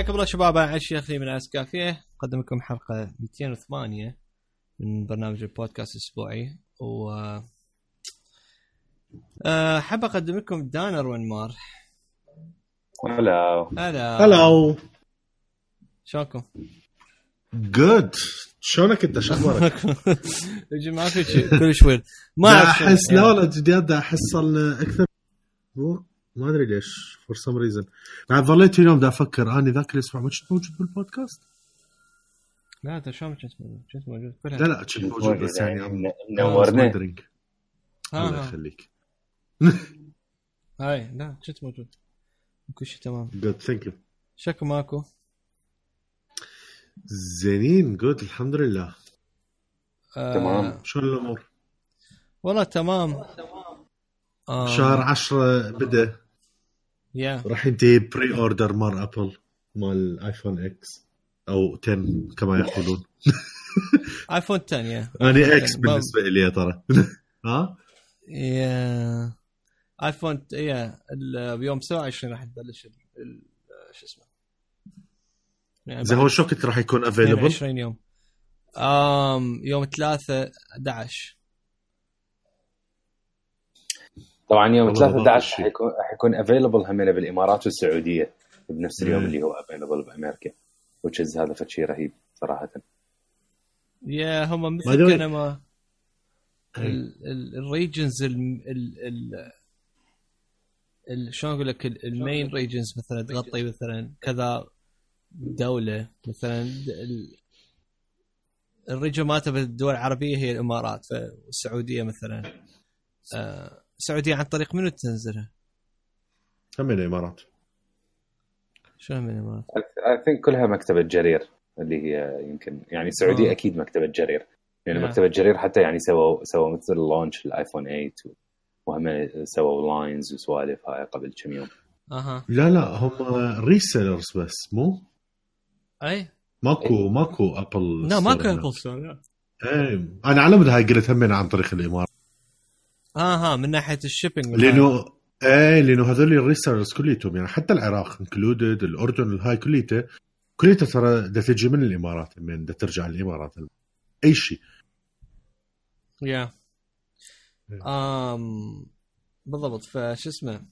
حياكم الله شباب. انا الشيخ من اسكافيه اقدم لكم حلقه 208 من برنامج البودكاست الاسبوعي. و حاب اقدم لكم دانر وانمار. هلا شلونكم؟ جود. شلونك انت؟ شخبارك؟ يجي ما في شيء كل شوي ما احس لا جديد حصلنا اكثر ما ادري ليش for some reason. بعد ظليت اليوم دا افكر اني ذاك الاسبوع ما كنت موجود بالبودكاست. لا انت شلون كنت موجود لا كنت موجود بس يعني نورنا. الله يخليك. هاي لا كنت موجود كل شيء تمام. good thank you. شكو ماكو زينين good الحمد لله. تمام. شو الامور؟ والله تمام. شهر 10 بدأ راح ينتهي بري اوردر مال ابل مال ايفون اكس او 10 كما يقولون. ايفون 10 انا اكس بالنسبه لي ترى. ها يا ايفون بيوم 27 راح تبلش شو اسمه يعني زي هو شو كنت راح يكون افيلبل 20 يوم. يوم 3/11 طبعا يوم 3/11 حيكون افيلبل همنا بالامارات والسعوديه بنفس اليوم اللي هو افيلبل بامريكا وتشز. هذا فشي رهيب صراحه. يا هم مثل كانما الريجنز شلون اقول لك المين ريجنز مثلا تغطي مثلا كذا دوله مثلا الريجن مالته بالدول العربيه هي الامارات والسعوديه مثلا. السعوديه عن طريق منو تنزلها؟ هم الامارات. شو من الامارات؟ I think كلها مكتبه جرير اللي هي يمكن يعني السعوديه اكيد مكتبه جرير يعني مكتبه جرير حتى يعني سووا مثل لونش الايفون 8 وهم سووا لاينز وسوالف هاي قبل كم يوم. لا هم ريسيلرز بس مو اي ماكو ابل. لا ماكو ابل ستور. اي انا على مود هاي قلت همين عن طريق الامارات. من ناحيه الشيبينج لانه هذول الريسيلرز كليتهم يعني حتى العراق انكلودد الاردن الهاي كليته ترى دا تجي من الامارات من دا ترجع الامارات اي شيء. بالضبط. فش اسمه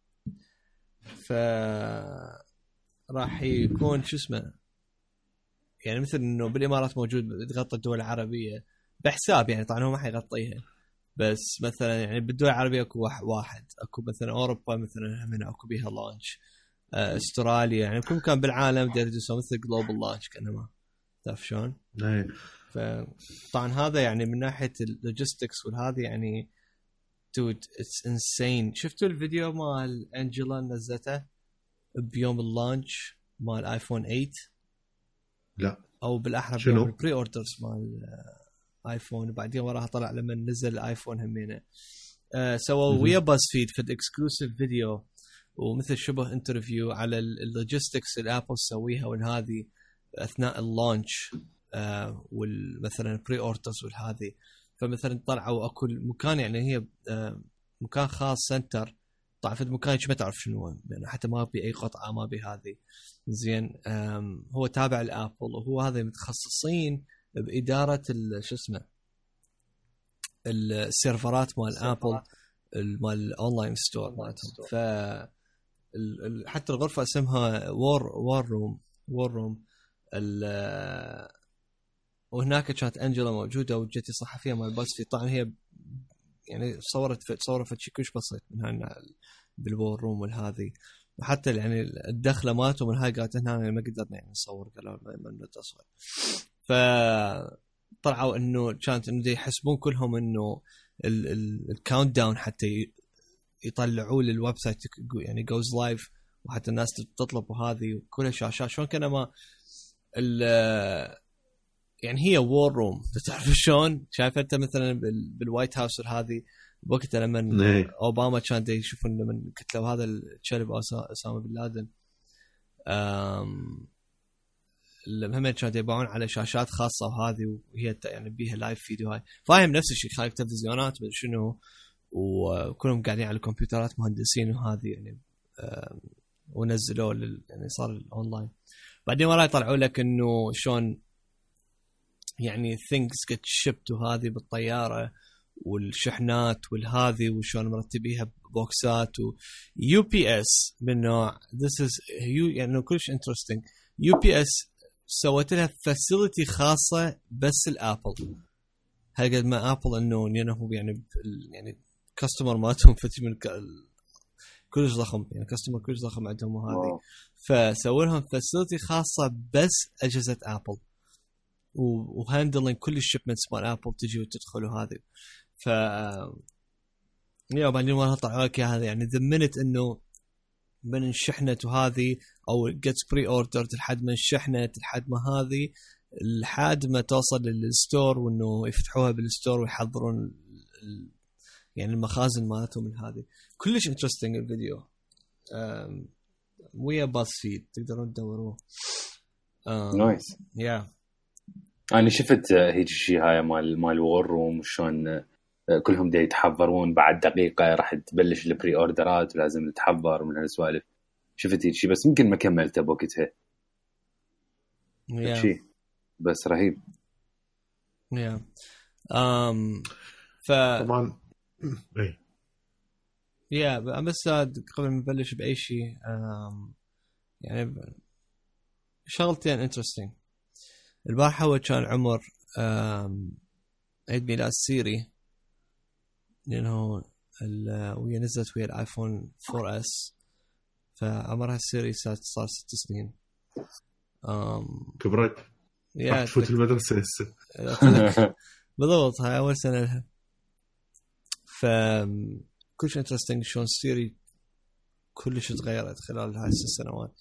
راح يكون شو اسمه يعني مثل انه بالامارات موجود تغطي الدول العربيه بحساب يعني طبعا هو ما حيغطيها بس مثلا يعني بالدول العربيه اكو واحد اكو مثلا اوروبا مثلا هنا اكو بيها لانش. استراليا يعني كل مكان بالعالم يدرسوا مثل جلوبال لانش كانما تعرف شلون. فطبعا هذا يعني من ناحيه اللوجيستكس والهذه يعني دود اتس انسين. شفتوا الفيديو مال انجела نزلته بيوم اللانش مال ايفون 8؟ لا او بالاحرى بيوم البري اوردرز مال ايفون وبعدين وراها طلع لما نزل الايفون همينه. سووا ويا باز فيد في الاكسكلوسيف فيديو ومثل شبه انترفيو على اللوجيستكس الابل تسويها والهذه اثناء اللانش والمثلا بري اوردرز والهذه. فمثلا طلعوا اكو مكان يعني هي مكان خاص سنتر طبعا في المكان ما تعرف شنو يعني حتى ما بي اي قطعه ما بي هذه زين. هو تابع الابل وهو هذا متخصصين باداره شو اسمه السيرفرات مال ابل مال الاونلاين ستور مالتهم. ف حتى الغرفه اسمها وور روم وهناك كانت انجلا موجوده وجتي صحفيه مال باسفي. طبعا هي يعني صورت شيء كلش بسيط من هنا بالوور روم والهذه وحتى يعني الدخله ماتوا من هاي قالت هنا ما قدرنا يعني نصور قالوا ما نتصور. فطلعوا انه كانت انه يحسبون كلهم انه الكاونت داون حتى يطلعوا للويب سايت يعني جوز لايف وحتى الناس تطلب وهذه وكلها شاشات شلون كان ما يعني هي وور روم تعرف شلون شايف انت مثلا بالوايت هاوس هذه وقتها لما اوباما كان يشوفون لما قتلوا هذا الشلب اسامه بن لادن هم كانوا يبيعون على شاشات خاصه وهذه وهي يعني بيها لايف فيديو هاي فاهم نفس الشيء خالق تلفزيونات ما شنو وكلهم قاعدين على الكمبيوترات مهندسين وهذه يعني ونزلوه يعني صار الاونلاين. بعدين وراي يطلعوا لك انه شلون يعني things get shipped وهذه بالطياره والشحنات والهذه وشلون مرتبيها ببوكسات ويو بي اس من نوع this is يعني كلش interesting. يو بي اس سوت لها فاسيلتي خاصه بس الابل. هقد ما ابل انه يعني كاستمر مالتهم فتش من كلش ضخم يعني كاستمر كلش ضخم عندهم وهذه فسووا لهم فاسيلتي خاصه بس اجهزه ابل وهاندلين كل الشيبمنتس مال ابل تجي وتدخل وهذه. ف بعدين ما طلعوا لك هذا يعني ذمنت انه من انشحنت وهذه او جيتس بري اوردر لحد ما انشحنت لحد ما هذه لحد ما توصل للستور وانه يفتحوها بالستور ويحضرون يعني المخازن مالتهم من هذه. كلش انترستينج الفيديو ويا باص فيد تقدرون تدوروه. نايس. يا انا شفت هيك شيء هاي مال وور روم شلون كلهم دا يتحضرون بعد دقيقه راح تبلش البري اوردرات ولازم نتحضر من هالسوالف. شفت هيك شيء بس يمكن ما كملته بوقتها شيء بس رهيب. طبعا بس قبل ما نبلش باي شيء يعني شغلتين انترستينج. البارحة هو كان عمر عيد ميلاد سيري لأنه وهي نزلت ويا الآيفون 4S فعمرها السيري صار 6 سنين. كبرت تفوت المدرسة هسه بالضبط هاي أول سنة لها. فكلش انترستينج شلون سيري كلش تغيرت خلال هاي 6 سنوات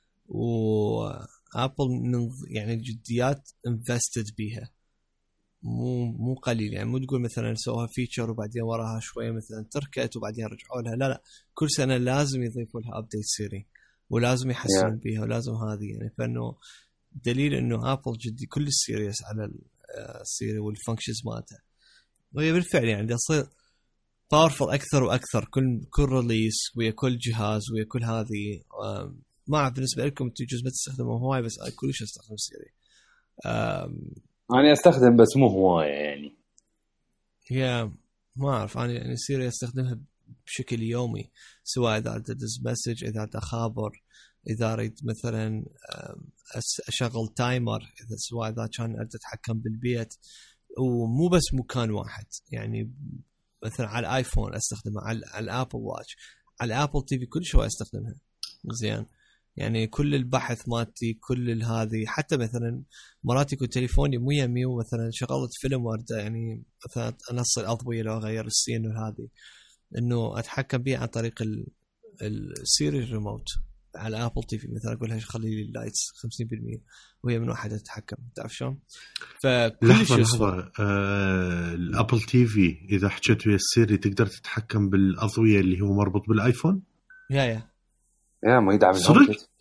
وابل من يعني جديات انفستد بيها مو قليل. يعني مو تقول مثلا سووها فيتشر وبعدين وراها شويه مثلا تركت وبعدين رجعوا لها لا كل سنه لازم يضيفوا لها ابديت سيري ولازم يحسنون بيها ولازم هذه يعني فانه دليل انه ابل جدي كل سيريس على السيري والفانكشنز مالتها. وهي بالفعل يعني تصير باورفل اكثر واكثر كل ريليس ويا كل جهاز ويا كل هذه. ما أعرف بالنسبة لكم أنتوا جزء ما تستخدموا هواي بس أنا كلش أستخدم سيري. أنا أستخدم بس مو هواية يعني. هي ما أعرف أنا يعني سيري أستخدمها بشكل يومي سواء إذا أدز مسج إذا أخابر إذا أريد مثلا أشغل تايمر إذا سواء إذا كان أتحكم بالبيت ومو بس مكان واحد يعني مثلا على الآيفون أستخدمها على الآبل واتش على الآبل تي في كل شوي أستخدمها زين. يعني كل البحث مالتي كل هذه حتى مثلا مرات يكون تليفوني مو يمي مثلا شغلت فيلم وارد يعني مثلا انص الاضويه لو اغير السين وهذه انه اتحكم بيه عن طريق السيري ريموت على ابل تي في مثلا اقول لها خلي لي اللايتس 50% وهي من واحد تتحكم تعرف شلون. فكل شيء الابل تي في اذا حكيت ويا السيري تقدر تتحكم بالاضويه اللي هو مربوط بالايفون. يا ما يدعم الهوم كيت.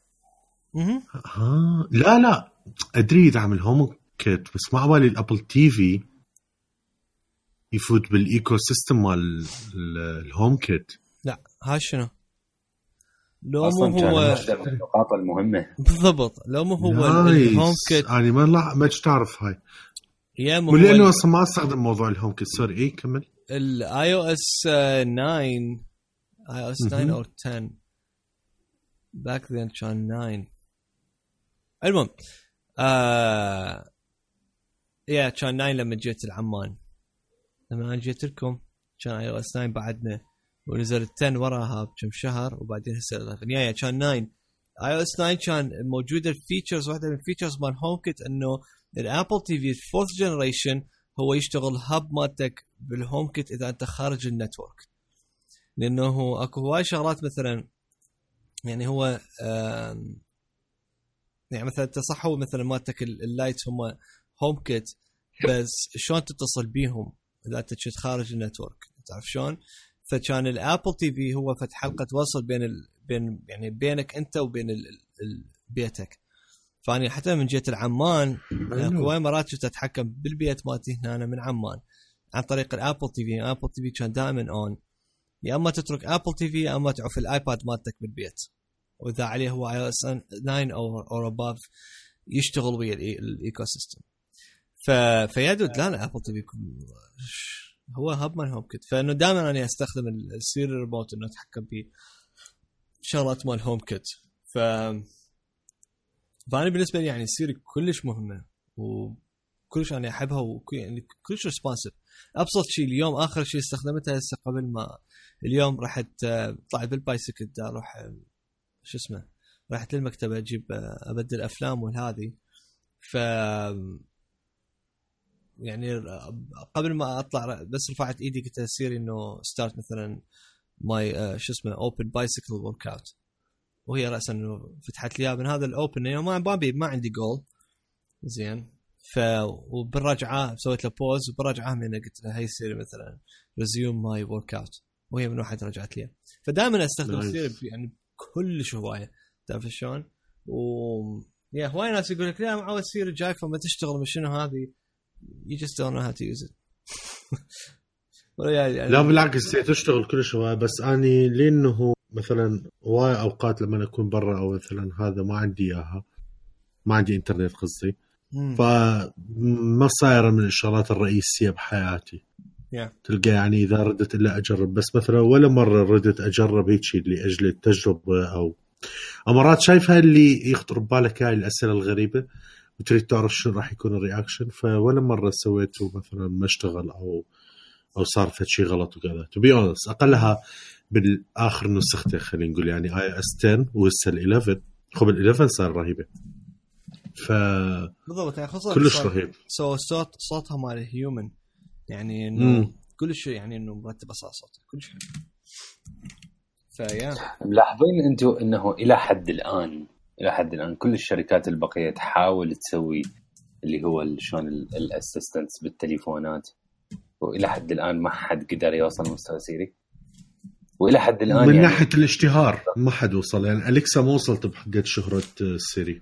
لا ادري يدعم الهوم كيت بس ما عبالي الابل تي في يفوت بالايكو سيستم مال الهوم كيت. لا ها شنو لو مو هو النقاط المهمه بالضبط لو مو هو الهوم كيت يعني ما تعرف هاي يا مو لانه اصلا ما استخدم موضوع الهوم كيت. سوري كمل. الاي او اس 9 اي او اس 9 او 10 back then كان 9. المهم كان 9 لما جيت العمان. لما أنا جيت لكم كان اي او اس 9 بعدنا ونزل 10 وراها بكم شهر وبعدين هسه 11 كان 9. اي او اس 9 كان موجوده الفيتشرز واحده من الفيتشرز مال هوم كيت انه الابل تي في 4th جنريشن هو يشتغل هاب مالتك بالهوم كيت اذا انت خارج النتورك لانه اكو هواي شغلات مثلا يعني هو يعني مثلا تصحوا مثلا مالتك اللايتس هم هوم كيت بس شلون تتصل بيهم اذا انت كنت خارج النتورك تعرف شلون. فكان الابل تي في هو فتح حلقه وصل بين يعني بينك انت وبين بيتك. فاني حتى من جهه العمان هواي مرات كنت اتحكم بالبيت مالتي هنا من عمان عن طريق الابل تي في. ابل تي في كان دائما اون يا اما تترك ابل تي في يا اما تعرف الايباد مالتك بالبيت واذا عليه هو iOS 9 او above يشتغل ويا الايكو سيستم. فيادود لا ابل تي بيكون هو هب من هوم كيت. فانه دائما انا استخدم السيري ريموت انه اتحكم به شغلات مال هوم كيت. فانا بالنسبه لي يعني سيري كلش مهمه وكلش انا احبها يعني كلش ريسبونسيف. ابسط شيء اليوم اخر شيء استخدمتها هسه قبل ما اليوم رحت طلعت بالبايسكل اروح شو اسمه رحت للمكتبه اجيب ابدل افلام والهذه. ف يعني قبل ما اطلع بس رفعت ايدي قلت سيري انه ستارت مثلا ماي شو اسمه اوبن بايسكل ورك اوت، وهي راسا انه فتحت لي من هذا الاوبن انه ما عندي جول زين. وبالرجعه سويت له بوز وبالرجعه من قلت له هي سيري مثلا ريزيوم ماي ورك اوت، وهي من واحد رجعت لي. فدائما استخدم سيري يعني كلش هوايه تعرف شلون. يا هواي ناس يقول لك لا معود سيري جاي فما تشتغل مش شنو هذه you just don't know how to use it. يعني لا بالعكس تشتغل كلش هواي، بس اني لانه مثلا هواي اوقات لما اكون برا او مثلا هذا ما عندي اياها ما عندي انترنت قصدي فما صايره من الشغلات الرئيسيه بحياتي. تلقى يعني اذا ردت الا اجرب بس مثلا ولا مره ردت اجرب هيك شيء لاجل التجربه او مرات شايفها اللي يخطر ببالك هاي الاسئله الغريبه وتريد تعرف شو راح يكون الرياكشن. فولا مره سويته مثلا ما اشتغل او صار في شيء غلط وكذا. تو بي اونست اقلها بالاخر نسخته خلينا نقول يعني iOS 10 وهسه ال11 قبل 11 صار رهيبه. ف بالضبط يعني خصوصا كلش رهيب. صوتها مال هيومن يعني انه كلش يعني انه مرتب صوته كلش حلو. فيا ملاحظين انتم انه الى حد الان كل الشركات البقيه تحاول تسوي اللي هو شلون الاسيستنتس بالتليفونات، والى حد الان ما حد قدر يوصل مستوى سيري. والى حد الان من يعني ناحيه الاشتهار ما حد وصل يعني اليكسا ما وصلت بحقت شهره سيري.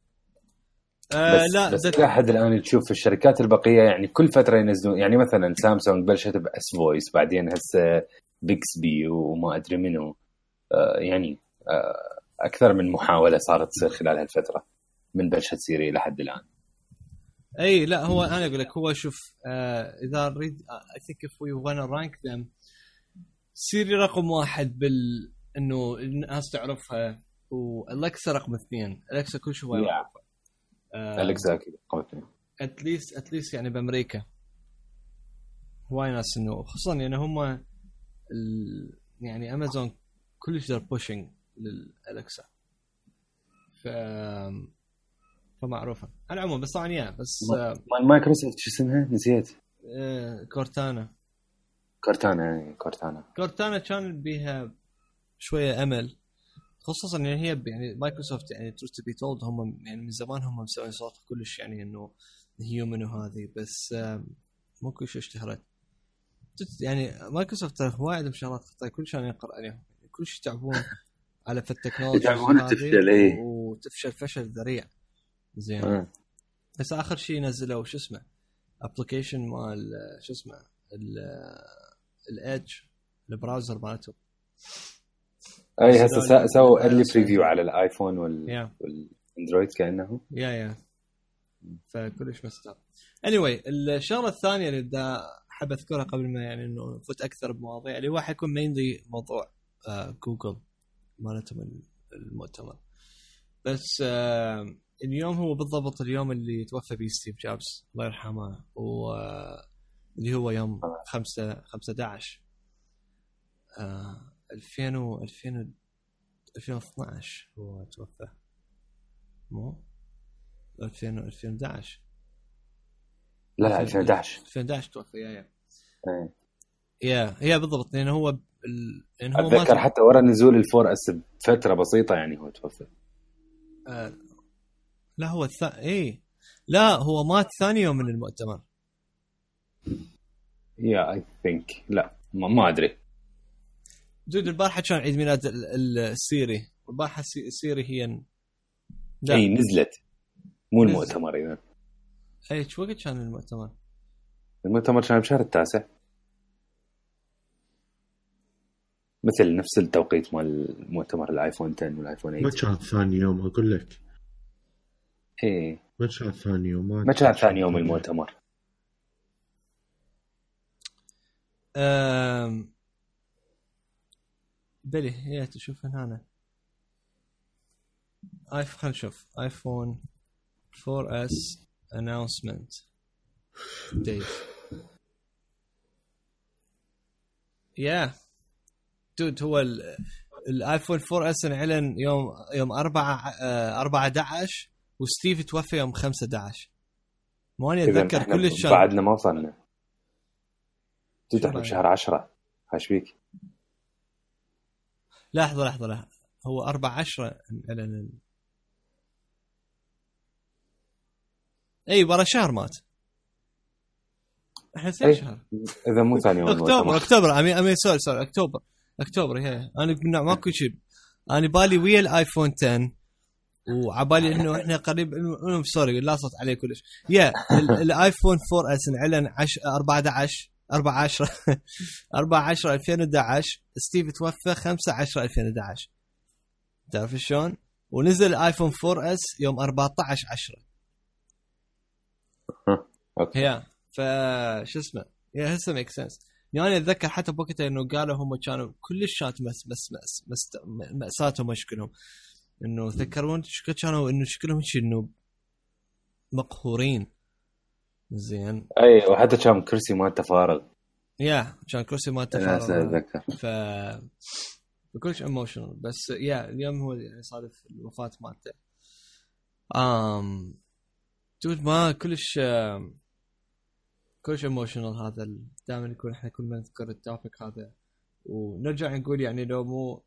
بس الى حد الان تشوف الشركات البقيه يعني كل فتره ينزلون يعني مثلا سامسونج بلشت باس فويس بعدين هسه بيكسبي وما ادري منو يعني اكثر من محاوله صارت تصير خلال هالفتره من بلشت سيري الى حد الان. اي لا هو انا اقول لك هو شوف اذا نريد I think if we wanna rank them سيري رقم 1 انه الناس تعرفها، والألكسا رقم 2. ألكسا كل شوي معروفة. ألكسا أكيد رقم 2 at least يعني بأمريكا هواي ناس انه خصوصا يعني هم يعني امازون كلش دار بوشنج للألكسا فمعروفة على العموم. بس طبعا بس مايكروسوفت شو اسمها نسيت. كورتانا كان بيها شوية أمل خصوصا يعني هي يعني مايكروسوفت يعني truth to be told هم يعني من زمان هم مسوين صوت كلش يعني إنه هيومن وهذه بس مو كل شيء اشتهرت يعني مايكروسوفت هو عندهم شغلات خطأ كل شيء يقرأ عليهم كل شيء تعبون على التكنولوجيا هذه وتفشل فشل ذريع زين. بس آخر شيء نزلوا شو اسمه ابلكيشن مال شو اسمه الإدج البراوزر مالته. اي هسه سووا ايرلي بريفيو على الايفون والاندرويد كانه فكلش مستر. anyway الشغله الثانيه اللي دا حاب اذكرها قبل ما يعني انه نفوت اكثر بمواضيع اللي هو حيكون مينلي موضوع جوجل مالتهم المؤتمر. بس اليوم هو بالضبط اليوم اللي توفى بيه ستيف جوبز الله يرحمه واللي هو يوم 5/11 2012 هو توفى مو 2011 لا 2011 توفى يا بالضبط لأنه هو أتذكر حتى ورا نزول الفور اس بفترة بسيطة يعني هو توفى. لا هو لا هو مات ثاني يوم من المؤتمر. I think لا ما أدري. جود البارحة كان عيد ميلاد السيري والبارحة السيري هي نزلت مو المؤتمر إذا شو وقت كان المؤتمر؟ المؤتمر كان بشهر 9 مثل نفس التوقيت مال مؤتمر الايفون 10 والايفون 8. ما كان ثاني يوم اقول لك. ايه ما كان ثاني يوم. ما كان ثاني يوم المؤتمر. بلي هي تشوف هنا خلينا نشوف ايفون 4S announcement date. دود هو الايفون 4S انعلن يوم 4/11 وستيف توفى يوم 5/11. ماني اتذكر كلش بعدنا ما وصلنا. احنا بشهر 10 هاش بيك. لحظة هو 4/10 انعلن. اي ورا شهر مات. احنا شهر اذا مو ثاني يوم اكتوبر امي سوري اكتوبر هي انا ماكو شيء. انا بالي ويا الايفون 10 وعبالي انه احنا قريب انه سوري لا صوت عليه كلش. الايفون 4S انعلن 4/10/2011. ستيف توفى 5/10/2011. تعرف شلون؟ ونزل الايفون 4S يوم 14/10. اوكي فش اسمه هسه ميك سنس. يعني اتذكر حتى بوقتها انه قالوا هم كانوا كلش شات مأساتهم مشكلهم انه تذكرون كانوا انه شكلهم شيء انه مقهورين زين. اي وحتى كان كرسي ما تفارغ. كان كرسي ما تفارغ. اتذكر بكلش ايموشنال. بس اليوم هو يعني صادف الوفاة مالته. دود ما كلش ايموشنال. هذا دائما يكون احنا كل ما نذكر التوبيك هذا ونرجع نقول يعني لو مو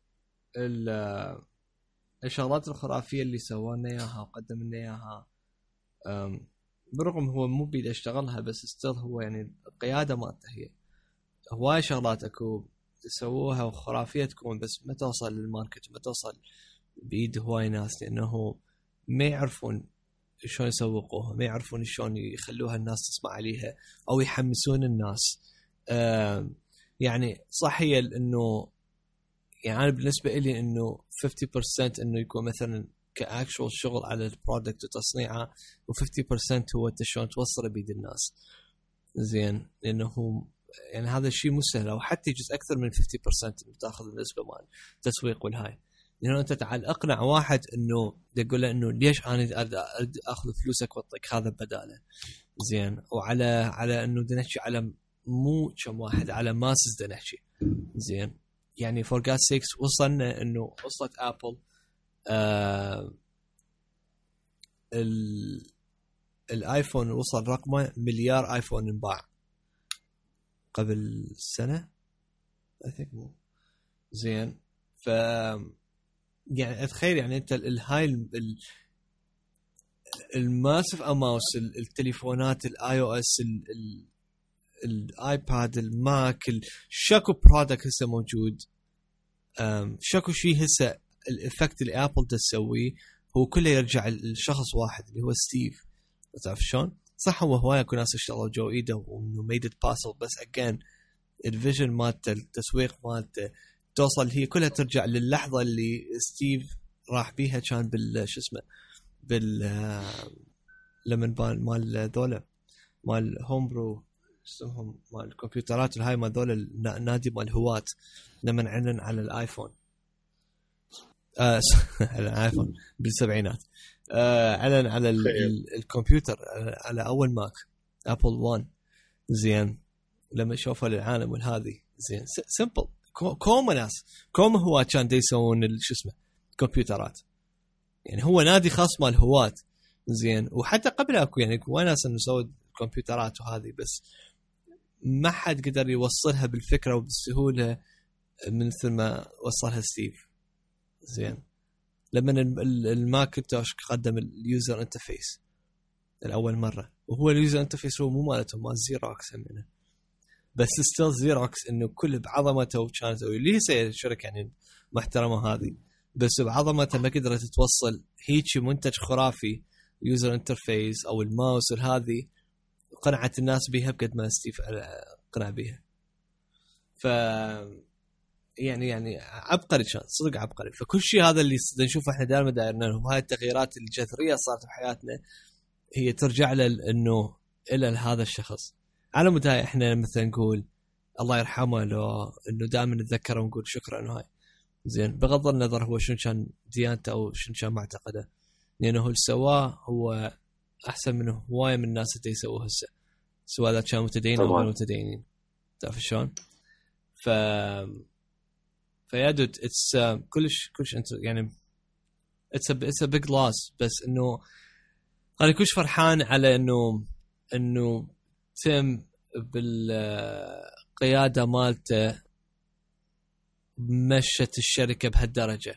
الشغلات الخرافيه اللي سوالنا اياها وقدم لنا اياها، برغم هو مو بيد اشتغلها بس استل هو يعني القياده مالته هي هواي شغلات اكو يسووها وخرافيه تكون بس ما توصل للماركت، ما توصل بايد هواي ناس لانه ما يعرفون شلون يسوقوها، ما يعرفون شلون يخلوها الناس تسمع عليها او يحمسون الناس. يعني صح هي انه يعني أنا بالنسبه لي انه 50% انه يكون مثلا كاكشوال شغل على البرودكت وتصنيعه، و50% هو شلون توصله بيد الناس. زين لانه يعني هذا الشيء مو سهل، او حتى يجوز اكثر من 50% تاخذ النسبه مال التسويق والهاي. لانه انت تعال اقنع واحد انه تقول له انه ليش انا اخذ فلوسك واعطيك هذا بداله. زين وعلى انه دنحكي على مو كم واحد، على ماسس دنحكي. زين يعني فور جاد 6 وصلنا انه وصلت ابل الايفون وصل رقمه مليار ايفون انباع قبل سنه مو زين. ف يعني اتخيل يعني انت الهاي الماسف اماوس التليفونات الاي او اس الايباد الماك شكو برودكت هسه موجود. شكو شيء هسه الافكت اللي ابل تسويه هو كله يرجع لشخص واحد اللي هو ستيف. تعرف شلون؟ صح هو هوايه كل ناس اشتغلوا جو ايده وانه ميد ات باسل، بس اجين الفيجن مالته التسويق مالته توصل هي كلها ترجع للحظه اللي ستيف راح بيها كان شو اسمه لمن مال ذولا مال هوم برو اسمهم مال الكمبيوترات الهاي مال ذولا النادي مال هواة لمن اعلن على الايفون على الايفون بالسبعينات. اعلن على الكمبيوتر على اول ماك ابل 1. زين لما شوفوا للعالم والهذه زين سمبل كوم ناس كوم هو كان دي يسوون شو اسمه كمبيوترات، يعني هو نادي خاص مال هواة. زين وحتى قبل اكو يعني اكو ناس انه سووا كمبيوترات وهذه، بس ما حد قدر يوصلها بالفكره وبالسهوله مثل ما وصلها ستيف. زين لما الماكنتوش قدم اليوزر انترفيس الاول مره، وهو اليوزر انترفيس هو مو مالتهم مال زيروكس همينه، بس ستيل زيروكس انه كل بعظمته وكانت اللي هي شركه يعني محترمه هذه، بس بعظمته ما قدرت توصل هيك منتج خرافي يوزر انترفيس او الماوس هذه قنعت الناس بها بقد ما ستيف قنع بها. ف يعني عبقري، كان صدق عبقري. فكل شيء هذا اللي نشوفه احنا دائما دايرنا، وهاي التغييرات الجذريه صارت بحياتنا هي ترجع له انه الى هذا الشخص. على مدى احنا مثلا نقول الله يرحمه، لو انه دائما نتذكره ونقول شكرا هاي زين، بغض النظر هو شنو كان ديانته او شنو كان معتقده، لانه اللي سواه هو احسن منه هوايه من الناس اللي يسووه هسه، سواء اذا كانوا متدينين او غير متدينين. تعرف شلون؟ فيا دود اتس كلش انت يعني اتس ا بيج لاس. بس انه انا كلش فرحان على انه تم بالقياده مالته مشت الشركه بهالدرجه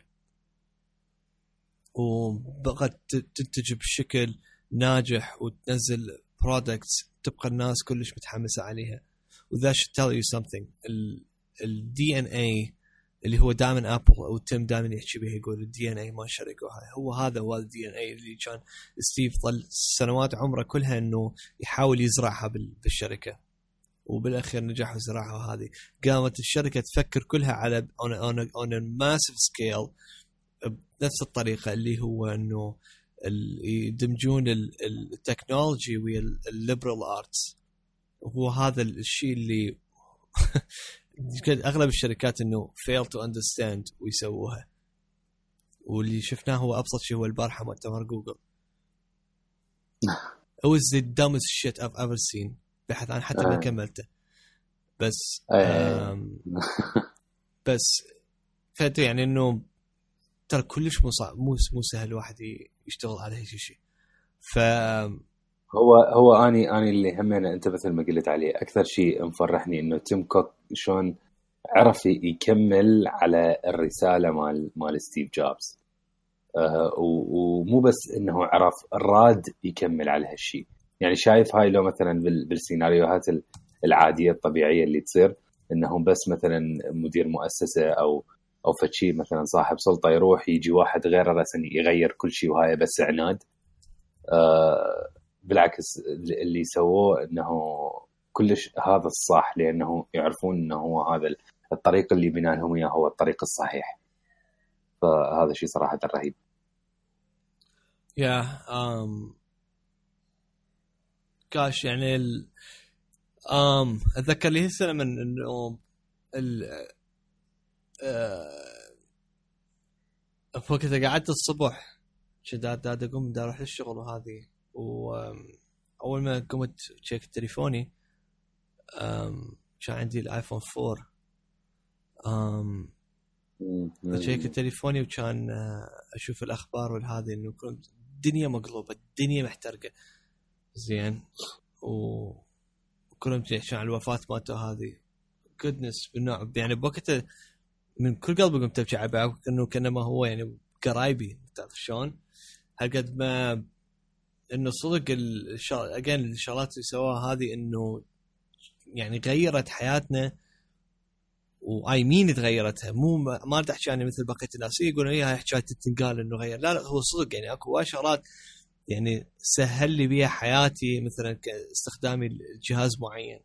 وبقت تنتج بشكل ناجح وتنزل برودكتس تبقى الناس كلش متحمسه عليها. وذا should tell you something. الدي ان اي اللي هو دائما ابل او تيم دائما يحكي به، يقول الدي ان اي ما شركوا هاي، هو هذا هو الدي ان اي اللي كان ستيف ظل سنوات عمره كلها انه يحاول يزرعها بالشركه، وبالاخير نجح وزرعها. هذه قامت الشركه تفكر كلها على on a massive scale بنفس الطريقه، اللي هو انه يدمجون التكنولوجي ويا الليبرال ارتس. وهو هذا الشيء اللي اغلب الشركات انه fail to understand ويسووها. واللي شفناه هو ابسط شيء، هو البارحه مؤتمر جوجل. it was the dumbest shit I've ever seen. بحث عن حتى ما كملته، بس بس فهمت يعني انه ترى كلش مو سهل واحد يشتغل على هيك شيء. ف هو اني اللي همنا انت مثل ما قلت عليه اكثر شيء مفرحني انه تيم كوك شلون عرف يكمل على الرساله مال ستيف جوبز. ومو بس انه عرف، راد يكمل على هالشيء. يعني شايف هاي لو مثلا بالسيناريوهات العاديه الطبيعيه اللي تصير، انهم بس مثلا مدير مؤسسه او فشي مثلا صاحب سلطه يروح يجي واحد غيره راسا يغير كل شيء، وهاي بس عناد. بالعكس اللي سووه انه كلش هذا الصح، لانه يعرفون انه هو هذا الطريق اللي بنى لهم اياه هو الطريق الصحيح. فهذا شيء صراحه رهيب. كاش يعني اتذكر لي هسه من انه فوقت قعدت الصبح شداد اقوم دا اروح للشغل وهذه، واول ما قمت تشيك تليفوني كان عندي الايفون 4. تشيك تليفوني وكان اشوف الاخبار والهذه انه الدنيا مقلوبه، الدنيا محترقه زين، وكلهم يحكون عن الوفاه مالته هذه. جودنس يعني بوقتها من كل قلبي قمت ابكي على انه كانما هو يعني قرايبي. تعرف شلون؟ هالقد ما انه صدق الشغلات اللي سواها هذه انه يعني غيرت حياتنا، وايمين تغيرتها. مو ما بدي احكي يعني مثل بقيه الناس يقولون هي حكايه تنقال انه غير، لا هو صدق يعني اكو وايد شغلات يعني سهل لي بيها حياتي، مثلا استخدامي لجهاز معين.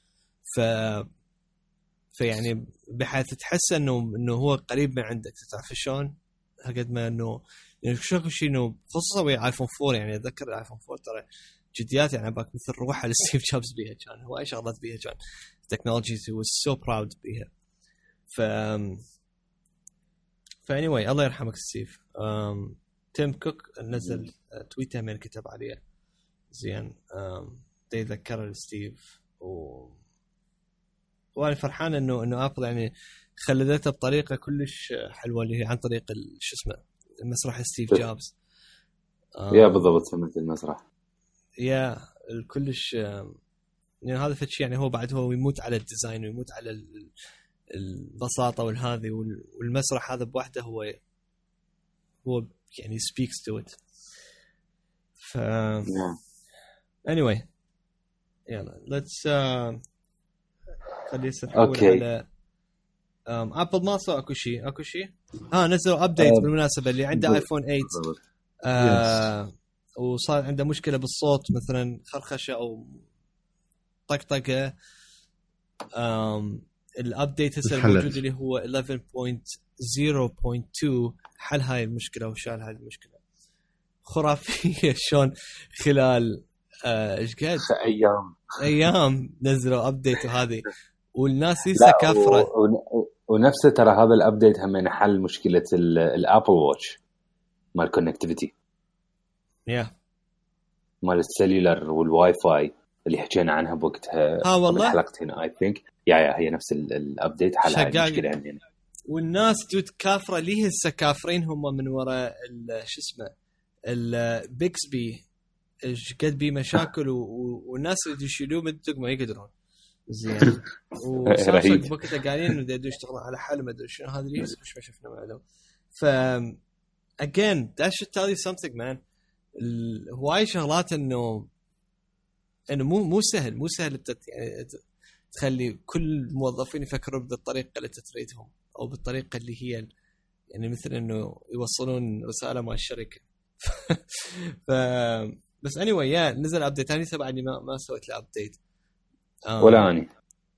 فيعني بحيث تحس انه هو قريب من عندك. تعرف شلون؟ هقد ما انه يعني شو شيء انه خصوصا ويا ايفون 4. يعني اتذكر الايفون 4 ترى جديات يعني باك مثل روحها لستيف جوبز بيها، كان هو اي شغلات بيها كان تكنولوجي was so proud بيها. anyway الله يرحمك ستيف. تيم كوك نزل تويتر من كتب عليه زين يذكر ستيف وانا فرحان انه ابل يعني خلدتها بطريقه كلش حلوه، اللي هي عن طريق شو اسمه المسرح ستيف جوبز. يا بالضبط سمعت المسرح يا كلش يعني هذا فشي. يعني هو بعد هو يموت على الديزاين ويموت على البساطه والهذه، والمسرح هذا بوحده هو يعني speaks to it. anyway يلا let's خلي نحول على ابل. ما صار اكو شيء نزلوا ابديت بالمناسبه اللي عنده ايفون 8 وصار عنده مشكله بالصوت، مثلا خرخشه او طقطقه. الابديت هسه الموجود اللي هو 11.0.2 حل هاي المشكله وشال هاي المشكله خرافيه. شلون خلال ايش قد ايام نزلوا ابديت وهذه والناس لسه كافره. ونفسه ترى هذا الابديت هم حل مشكله الابل واتش مال كونكتيفيتي مال السيلولر والواي فاي اللي حكينا عنها بوقتها والله حلقتنا اي ثينك هي نفس الابديت حل هاي المشكله عندنا. والناس دوت كافره ليه هسه كافرين هم من وراء شو اسمه البيكسبي ايش قد بي مشاكل والناس اللي يشيلوه من الدق ما يقدرون زين. وسامسونج بوقتها قاعدين انه يدوا يشتغلون على حل ما ادري شنو هذا اللي مش ما شفنا معلوم. ف again that should tell you something man. هواي شغلات انه مو سهل يعني تخلي كل الموظفين يفكرون بالطريقه اللي تريدهم او بالطريقه اللي هي يعني مثل انه يوصلون رساله مع الشركه. بس anyway نزل ابديت ثاني بعدني ما سويت له ابديت ولا اني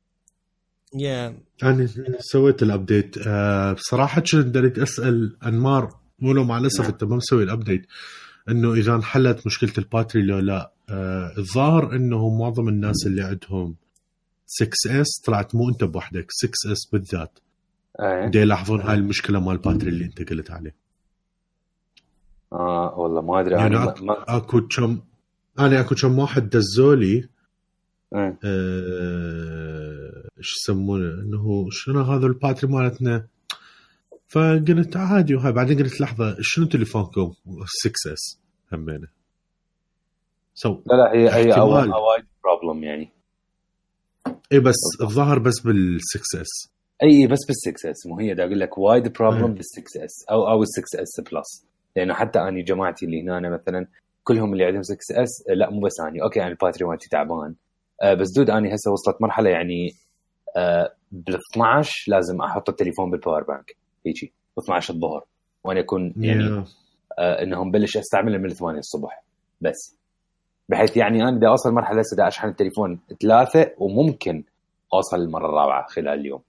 انا سويت الابديت. بصراحه كنت اريد اسال انمار مو مع الاسف انت ما مسوي الابديت انه اذا انحلت مشكله الباتري لو لا. الظاهر انه معظم الناس اللي عندهم 6S طلعت مو انت بوحدك 6S بالذات دي يلاحظون هاي المشكله مال الباتري اللي انت قلت عليه. والله ما ادري يعني اكو كم واحد دزولي ايش يسمونه انه شنو هذا الباتري مالتنا فقلت عادي وهاي. بعدين قلت لحظه شنو تليفونكم 6S همينه لا هي اوايد بروبلم يعني اي بس الظاهر بس بال6S اي بس بال6S مو هي دا اقول لك وايد بروبلم بال6S او ال6S بلس. لانه حتى اني جماعتي اللي هنا مثلا كلهم اللي عندهم 6S لا مو بس اني اوكي انا الباتري مالتي تعبان بس دود اني هسه وصلت مرحله يعني بال12 لازم احط التليفون بالباور بانك هيجي 12 الظهر وانا اكون يعني انهم بلش استعمله من 8 الصبح بس بحيث يعني انا بدي اوصل مرحله هسه دا اشحن التليفون 3 وممكن اوصل المره الرابعه خلال اليوم.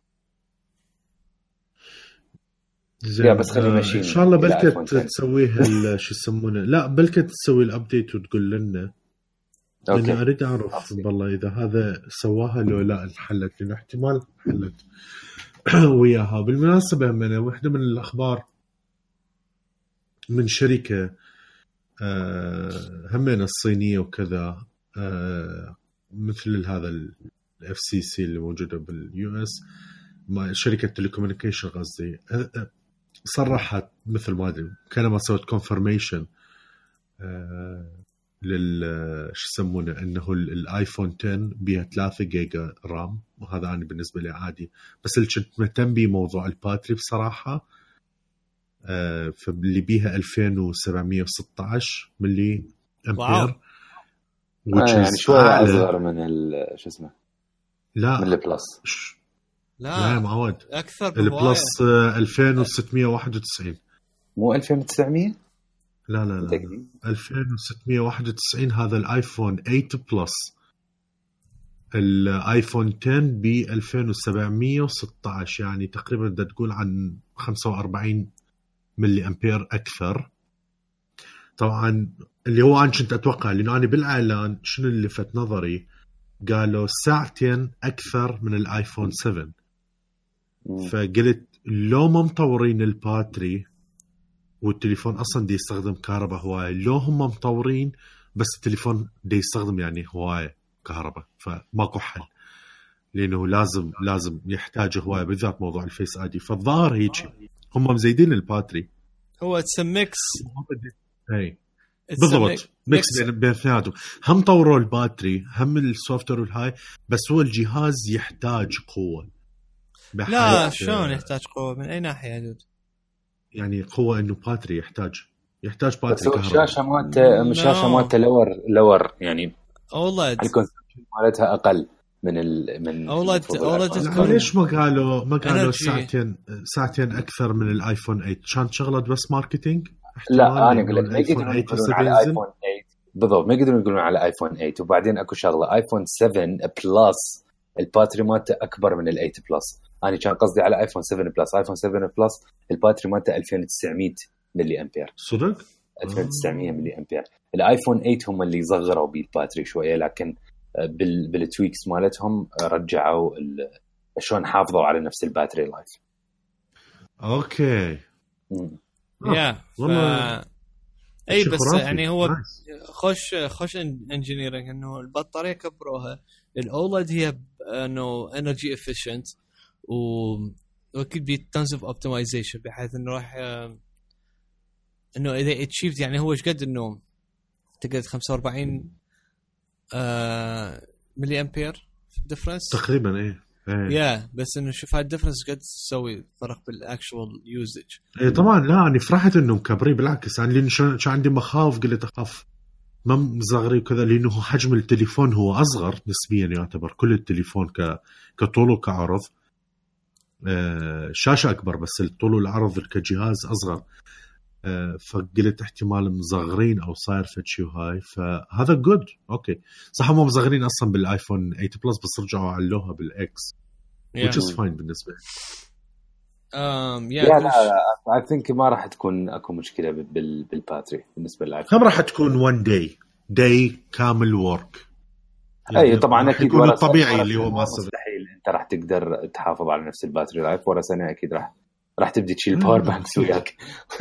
بس خلينا ماشيين ان شاء الله بلكت تسويها شو يسمونه لا بلكت تسوي الابديت وتقول لنا انا اريد اعرف والله اذا هذا سواها لو لا انحلت لانه احتمال حلت وياها. بالمناسبه من واحده من الاخبار من شركه همين الصينيه وكذا مثل هذا الاف سي سي اللي موجوده باليو اس شركه تيليكوميونيكيشن قصدي صرحت مثل ما ادري كانما سوت كونفرميشن شو يسمونه انه الايفون 10 بيها 3 جيجا رام وهذا انا بالنسبه لي عادي. بس اللي كنت مهتم بيه موضوع الباتري بصراحه فاللي بيها 2716 ملي امبير يعني شويه اصغر من شو اسمه لا من البلس لا معود اكثر البلس 2691 مو 2900 لا 2691 هذا الايفون 8 بلس. الايفون 10 ب 2716 يعني تقريبا بدك تقول عن 45 ملي امبير اكثر. طبعا اللي هو انا كنت اتوقع لانه انا بالاعلان شنو اللي لفت نظري قالوا ساعتين اكثر من الايفون 7 فقلت لو ما مطورين الباتري والتليفون اصلا دي يستخدم كهرباء هوايه لو هم مطورين بس التليفون دي يستخدم يعني هوايه كهرباء فماكو حل لانه لازم يحتاج هوايه بالذات موضوع الفيس اي دي. فالظاهر هيك هم مزيدين الباتري هو تسمكس اي بالضبط ميكس بين اثنيناتهم. هم طوروا الباتري هم السوفت وير والهاي بس هو الجهاز يحتاج قوه. لا شلون يحتاج قوه من اي ناحيه يا دود؟ يعني قوه انه باتري يحتاج باتري كهرباء. الشاشه مالته لور يعني والله الكونسبشن مالتها اقل من والله ليش ما قالوا ساعتين اكثر من الايفون 8 كانت شغله بس ماركتينج. لا انا اقول لك ما يقدرون يقولون على ايفون 8 بالضبط ما يقدرون يقولون على ايفون 8 وبعدين اكو شغله ايفون 7 بلس الباتري مالته اكبر من ال8 بلس. انا كان قصدي على ايفون 7 بلس. ايفون 7 بلس الباتري مالته 2900 ملي امبير. صدق 2900 ملي امبير. الايفون 8 هم اللي صغروا بالباتري شويه، لكن بالتويكس مالتهم رجعوا شلون حافظوا على نفس الباتري لايف. اوكي يا اي بس يعني هو خوش انجينيرنج انه البطاريه كبروها. الاولد هي انه انرجي افيشنت واكيد بتنز اوف اوبتمايزيشن بحيث انه راح انه اذا اتشيفد يعني هو ايش قد انه تقدر 45 ملي امبير ديفرنس تقريبا. ايه يا بس انه شوف هاي الديفرنس قد تسوي فرق بالاكشوال يوزج. ايه طبعا. لا انا فرحت انه مكبري، بالعكس انا لانه كان عندي مخاوف، قلت اخاف ما مصغري وكذا، لانه حجم التليفون هو اصغر نسبيا يعتبر. كل التليفون كطول وكعرض شاشه اكبر، بس الطول والعرض كجهاز اصغر. فقلت احتمال مصغرين او صاير فشي وهاي، فهذا جود. اوكي صح هم مصغرين اصلا بالايفون 8 بلس، بس رجعوا علوها بالاكس which is fine بالنسبه لي. لا I think ما راح تكون اكو مشكله بالباتري بالنسبه للايفون. هم راح تكون one day كامل ورك يعني. اي طبعا اكيد يكون الطبيعي اللي هو مستحيل انت راح تقدر تحافظ على نفس الباتري لايف ورا سنه. اكيد راح تبدي تشيل باور بانكس وياك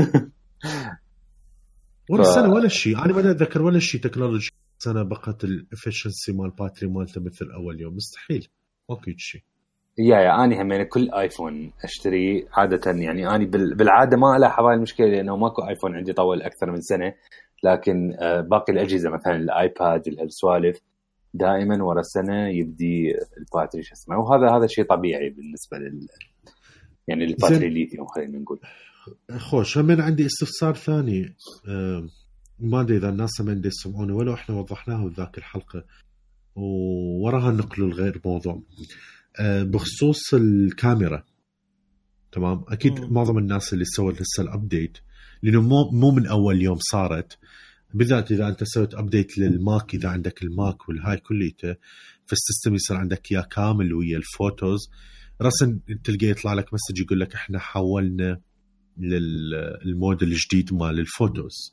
ولا سنه ولا شيء. انا ما اتذكر ولا شيء تكنولوجي سنه بقت الافشنسي مال الباتري مالته مثل اول يوم. مستحيل اوكي شيء. يا اني هم كل ايفون اشتري عاده، يعني اني بالعاده ما الاحظ هاي المشكله لانه ماكو ايفون عندي طول اكثر من سنه. لكن باقي الاجهزه مثلا الايباد السوالف دائما ورا سنه يبدي الباتري شو اسمه، وهذا شيء طبيعي بالنسبه يعني الباتري الليثيوم خلينا نقول. خوش هم عندي استفسار ثاني، ما ادري اذا الناس من يسمعونه ولو احنا وضحناه بذاك الحلقه ووراها نقلوا الغير موضوع بخصوص الكاميرا. تمام اكيد معظم الناس اللي سوت لسه الابديت، لانه مو من اول يوم صارت، بالذات اذا انت سويت ابديت للماك، اذا عندك الماك والهاي كليته فالسيستم يصير عندك اياه كامل ويا الفوتوز رسم تلقى يطلع لك مسج يقول لك احنا حولنا للمود الجديد مال الفوتوز.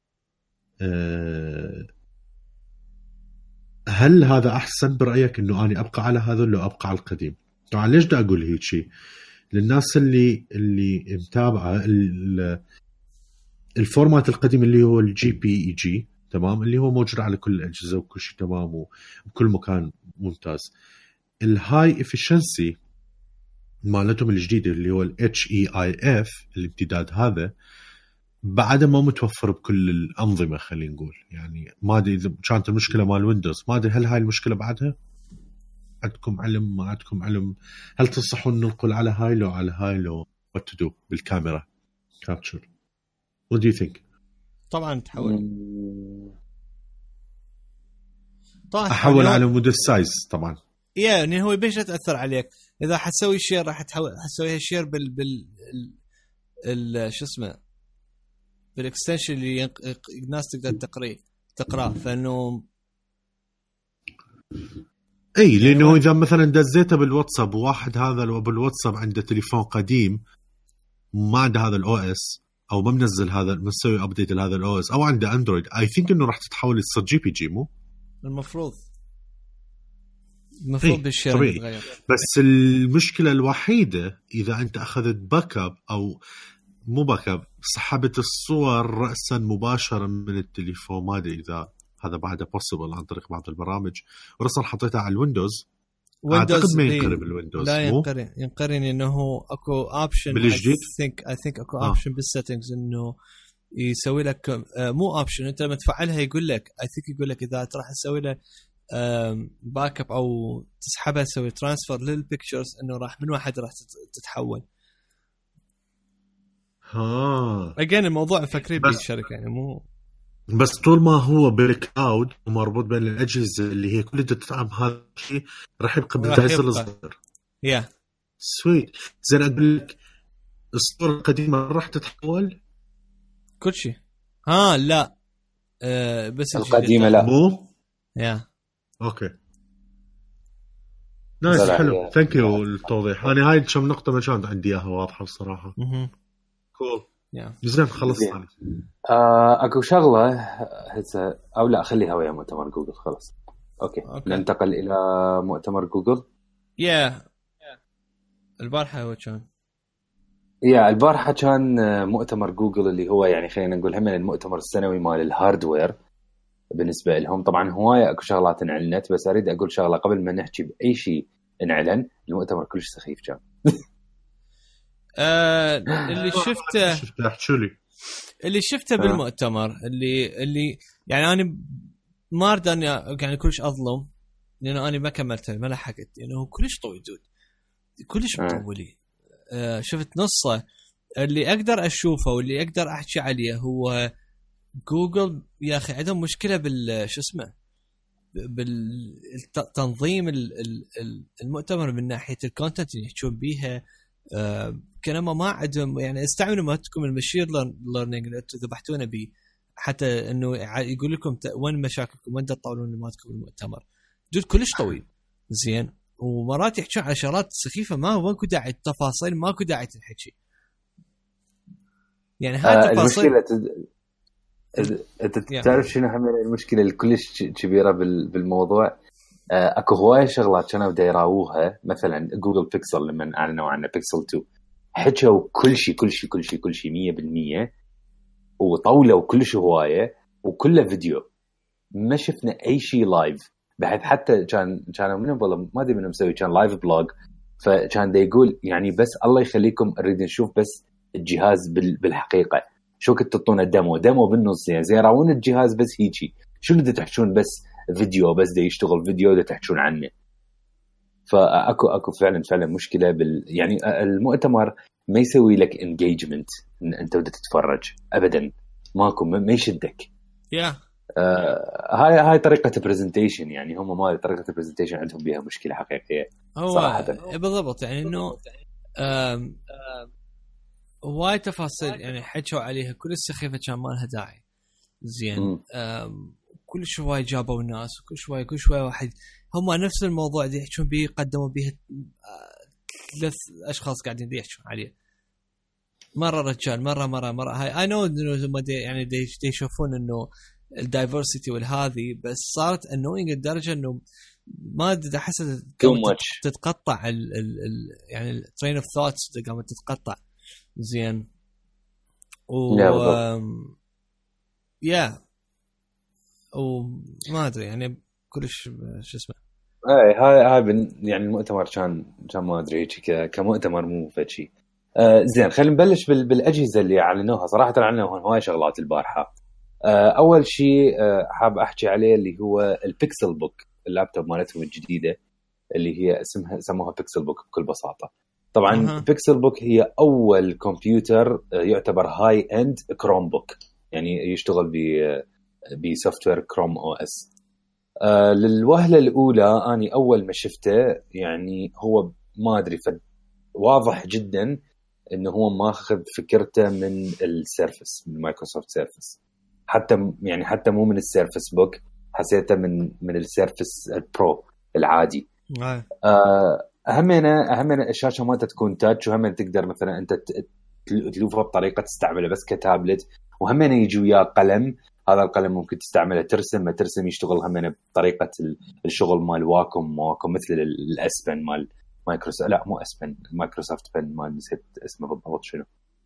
هل هذا احسن برايك انه اني ابقى على هذا ولا ابقى على القديم؟ طبعا ليش دا اقول هيك شيء؟ للناس اللي متابعه الفورمات القديم اللي هو الجي بي اي جي، تمام، اللي هو موجود على كل الاجهزه وكل شيء تمام وبكل مكان ممتاز. الهاي افيشنسي مالتهم الجديد اللي هو HEIF الامتداد هذا بعد ما متوفر بكل الأنظمة خلينا نقول. يعني ما أدري إذا كانت المشكلة مال ويندوز، ما أدري هل هاي المشكلة بعدها عندكم علم؟ ما عندكم علم؟ هل تنصحون ننقل على هاي لو على هاي لو what to do بالكاميرا capture؟ what do you think؟ طبعا تحول أحول على مود السايز طبعا. يعني هو بيش تأثر عليك إذا حتسوي شير راح حتسويها شير بال شو اسمه بالاكستنشن اللي الناس تقدر تقرأ فإنه اي لانه يعني اذا مثلا دزيته بالواتساب وواحد هذا بالواتساب عنده تليفون قديم ما عنده هذا الاو اس او ما منزل هذا مسوي ابديت لهذا الاو اس او عنده اندرويد، اي ثينك انه راح تتحول تصير جي بي جي. مو المفروض بالشير يتغير. بس المشكله الوحيده اذا انت اخذت باك اب او مو باك اب سحبت الصور راسا مباشره من التليفون، ما ادري اذا هذا بعده possible عن طريق بعض البرامج، ورسل حطيتها على الويندوز اعتقد ما ينقرب الويندوز. لا ينقرن انه اكو اوبشن بالجديد I think اكو اوبشن بالسيتنجز انه يسوي لك مو اوبشن انت لما تفعلها يقول لك يقول لك اذا راح تسوي له باك اب او تسحبها تسوي ترانسفير للبيكتشرز انه راح من واحد راح تتحول. اجين الموضوع مفكرين بالشركه يعني مو بس طول ما هو بالكلاود ومربوط بين الأجهزة اللي هي كلها تدعم هذا الشيء راح يبقى بالجهاز الصغير. سويت زين أقول لك الصورة القديمة راح تتحول كل شيء. لا بس القديمة لا مو يا أوكي نايس حلو ثانك يو التوضيح. انا هاي كم نقطه ما كانت عندي اياها واضحه بصراحه. كول زين خلصنا. اكو شغله هسه او لا خليها ويا مؤتمر جوجل خلاص. اوكي. ننتقل الى مؤتمر جوجل. البارحه هو كان البارحه كان مؤتمر جوجل اللي هو يعني خلينا نقول هم المؤتمر السنوي مال الهاردوير بالنسبه لهم. طبعا هوايه اكو شغلات انعلنت بس اريد اقول شغله قبل ما نحكي باي شيء انعلن. المؤتمر كلش سخيف كان. اللي شفته بالمؤتمر اللي يعني انا ما اريد يعني كلش اظلم لانه انا ما كملته ما لحقت لانه يعني كلش طويل كلش مطولي. شفت نصه. اللي اقدر اشوفه واللي اقدر احكي عليه هو جوجل يا اخي عندهم مشكله شو اسمه بالتنظيم المؤتمر من ناحيه الكونتنت اللي يحكون بيها. كانما ما عندهم يعني استعملوا مالتكم المشين ليرنينج اللي انتم ذبحتونا به حتى انه يقول لكم وين مشاكلكم وين تطولون مالتكم المؤتمر. دول كلش طويل زين ومرات يحكون على شغلات سخيفه ما هو ماكو داعي التفاصيل ماكو داعي الحكي يعني هاي التفاصيل. انت تعرف شنو هم المشكله الكلش كبيره بالموضوع. اكو هوايه شغلات كانوا بدا يراووها مثلا جوجل بيكسل لما اعلنوا عنه بيكسل 2 حكوا كل شيء 100% وطولوا كلش هوايه وكله فيديو ما شفنا اي شيء لايف. بحيث حتى كانوا منهم والله ما ادري منهم مسوي كان لايف بلوج فكان دا يقول يعني بس الله يخليكم نريد نشوف بس الجهاز بالحقيقه شو كنت تعطونا ديمو بالنص يعني زي راونا الجهاز بس هيجي شو بدي تحكون بس فيديو بس دا يشتغل فيديو دا تحكون عنه. فاكو فعلا مشكله يعني المؤتمر ما يسوي لك انجيجمنت انت بدك تتفرج ابدا ماكو ما يشدك. هاي طريقه البرزنتيشن يعني هم ما طريقه البرزنتيشن عندهم بها مشكله حقيقيه صراحه. بالضبط يعني انه وايد تفاصيل يعني حكوا عليها كل السخيفه كان ما لها داعي زين. كل شوي جابوا الناس كل شوي واحد هم نفس الموضوع دي يحكون به قدموا به 3 اشخاص قاعدين يحكون عليه مره رجال مره هاي اي نو انه يعني دي يشوفون انه الدايفرسيتي والهذه بس صارت انوينج الدرجه انه ما ادري احس تتقطع يعني الترين اوف ثوتس قامت تتقطع زين وما ادري يعني كلش شو اسمه هاي يعني المؤتمر كان ما ادري هيك كمؤتمر مو فشي. زين خلينا نبلش بالاجهزه اللي اعلنوها. صراحه اعلنوا هواي شغلات البارحه. اول شيء حاب احكي عليه اللي هو البيكسل بوك اللابتوب مالتهم الجديده اللي هي سموها بيكسل بوك بكل بساطه. طبعا بيكسل بوك هي اول كمبيوتر يعتبر هاي اند كروم بوك يعني يشتغل بسوفت وير كروم او اس. للوهله الاولى اني اول ما شفته يعني هو ما ادري واضح جدا انه هو ماخذ فكرته من السيرفس من مايكروسوفت سيرفس حتى مو من السيرفس بوك حسيته من السيرفس البرو العادي. اهمنا الشاشه مالته تكون تاتش وهم تقدر مثلا انت تلوفها بطريقه تستعمله بس كتابلت وهم يجي وياه قلم. هذا القلم ممكن تستعمله ما ترسم يشتغل هم بطريقه الشغل مال واكم مثل الاسبن مال مايكروسوفت. لا مو اسبن مايكروسوفت بن مال نسيت اسمه بالضبط شنو.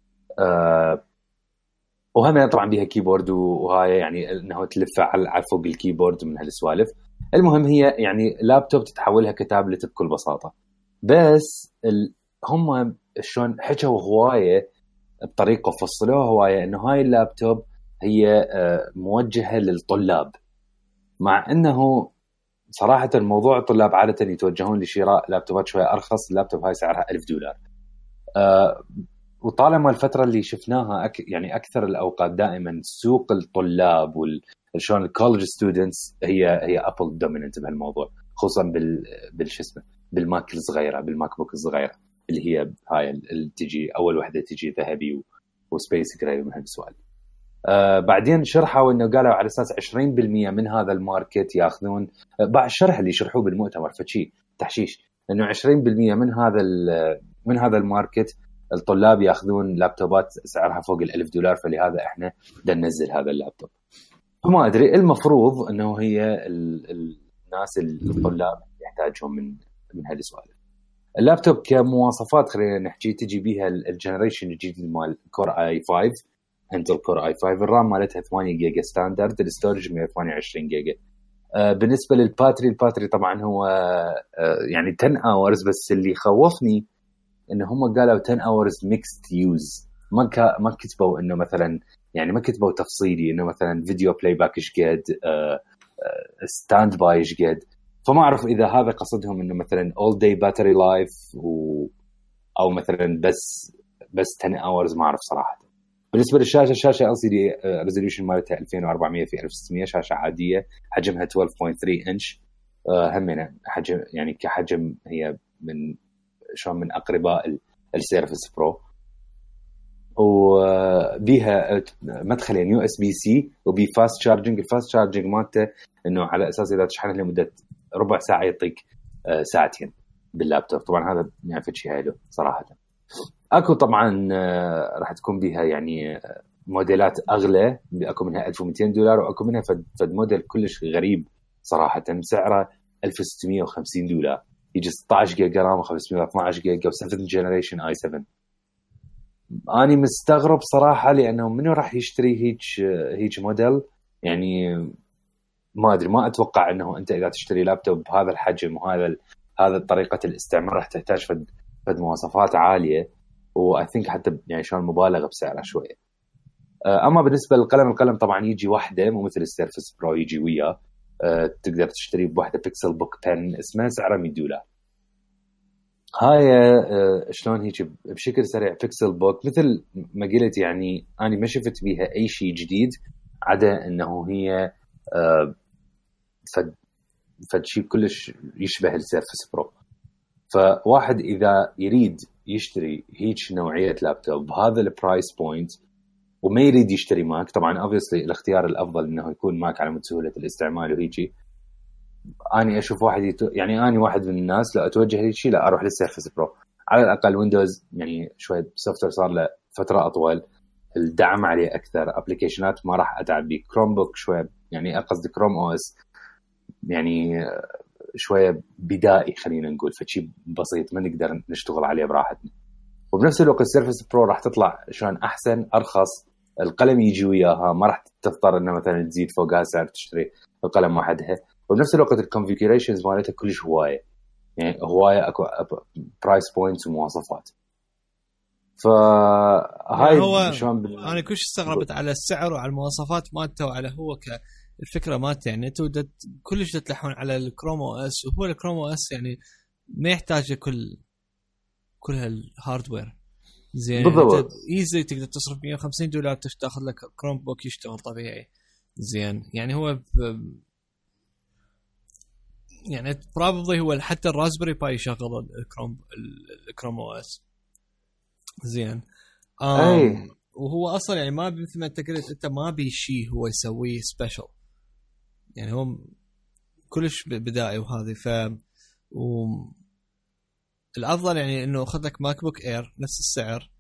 وهم طبعا بيها كيبورد وهاي يعني انه تلفها على فوق الكيبورد من هالسوالف. المهم هي يعني لابتوب تتحولها كتابلت بكل بساطه. بس هم شلون حكوا هوايه بطريقه فصلوها هوايه انه هاي اللابتوب هي موجهه للطلاب مع انه صراحه الموضوع الطلاب عاده يتوجهون لشراء لابتوبات شويه ارخص. اللابتوب هاي سعرها $1000. وطالما الفتره اللي شفناها يعني اكثر الاوقات دائما سوق الطلاب والشون الكولج ستودنتس هي ابل دوميننت بهالموضوع خصوصا بالشسمه بالماك الصغيره بالماك بوك الصغيره اللي هي هاي اللي تجي اول وحده تجي ذهبي وسبيس جراي من هالسؤال. بعدين شرحوا انه قالوا على اساس 20% من هذا الماركت ياخذون بعد الشرح اللي يشرحوه بالمؤتمر فشي تحشيش انه 20% من هذا الماركت الطلاب ياخذون لابتوبات سعرها فوق $1000، فلهذا احنا بدنا ننزل هذا اللابتوب. فما ادري، المفروض انه هي الناس الطلاب يحتاجهم من هالسوالف. اللابتوب كمواصفات خلينا نحكي تجي بيها الجنريشن الجديد مال كور اي 5، انتل كور اي 5. الرام مالتها 8 جيجا ستاندرد، الستورج 128 جيجا. بالنسبه الباتري طبعا هو يعني 10 اورز، بس اللي خوفني انه هم قالوا 10 اورز ميكست يوز، ما كتبوا انه مثلا، يعني ما كتبوا تفصيلي انه مثلا فيديو بلاي باك ايش قد، ستاند باي ايش قد. فما اعرف اذا هذا قصدهم انه مثلا all day battery life او مثلا بس 10 hours، ما اعرف صراحه. بالنسبه للشاشه، الشاشه LCD ريزوليوشن مالتها 2400 في 1600، شاشه عاديه، حجمها 12.3 انش. همنا حجم، يعني كحجم هي من اقرباء السيرفس برو، وبيها مدخلين USB-C وبي فاست شارجنج. الفاست شارجنج مالته انه على اساس اذا تشحنه لمده ربع ساعه يعطيك ساعتين باللابتوب. طبعا هذا يعني شيء حلو صراحه. اكو طبعا راح تكون بها يعني موديلات اغلى، اكو منها $1200 واكو منها فد موديل كلش غريب صراحه، سعره $1650، يجي 16 جيجا رام و512 جيجا و7 جنريشن اي 7. أنا مستغرب صراحة، لأنه منو راح يشتري هيك موديل؟ يعني ما أدري، ما أتوقع أنه أنت إذا تشتري لابتوب بهذا الحجم هذا طريقة الاستعمال راح تحتاج فد مواصفات عالية، و I think حتى يعني شلون مبالغة بسعره شوية. أما بالنسبة للقلم، القلم طبعا يجي واحدة، مو مثل السيرفس برو يجي وياه. تقدر تشتري بواحدة بيكسل بوك بن اسمها، سعره $100. هاي شلون هيك بشكل سريع بيكسل بوك مثل ما قلت، يعني أنا ما شفت بيها أي شيء جديد عدا أنه هي فد شيء كلش يشبه السيرفس برو. فواحد إذا يريد يشتري هيك نوعية لابتوب بهذا البرايس بوينت وما يريد يشتري ماك، طبعا obviously الاختيار الأفضل أنه يكون ماك على مود سهولة الاستعمال وهيجي. أنا أشوف يعني أنا واحد من الناس لا أتوجه لي شيء، لا أروح للسيرفس برو. على الأقل ويندوز يعني شوية سوفتوير صار له فترة أطول، الدعم عليه أكثر، أبليكيشنات ما راح أتعب بيه. كروم بوك شوية يعني أقصد كروم أو إس يعني شوية بدائي خلينا نقول، فشي بسيط ما نقدر نشتغل عليه براحتنا. وبنفس الوقت السيرفس برو راح تطلع شلون أحسن أرخص، القلم يجي وياها، ما راح تضطر إنه مثلا تزيد فوقها سعر تشتري القلم وحدها. وبنفس الوقت الكونفيجريشنز مالتها كلش هواية، يعني هواية أكو برايس بوينتس ومواصفات. فهاي هو أنا كلش استغربت على السعر وعلى المواصفات مالته وعلى هو الفكرة مالته. يعني أنتوا كلش تلحون على الكروم او اس، وهو الكروم او اس يعني ما يحتاج كل هالهاردوير زين. بالضبط. ايزي تقدر تصرف $150 تاخذ لك كروم بوك يشتغل طبيعي زين. يعني هو يعني probably هو حتى الرازبري باي يشغل الكروم او اس زين. وهو اصلا يعني ما مثل ما انت قلت، انت ما بي شيء هو يسويه سبيشال، يعني هو كلش بدائي. وهذه الافضل يعني انه اخذ لك ماك بوك اير نفس السعر،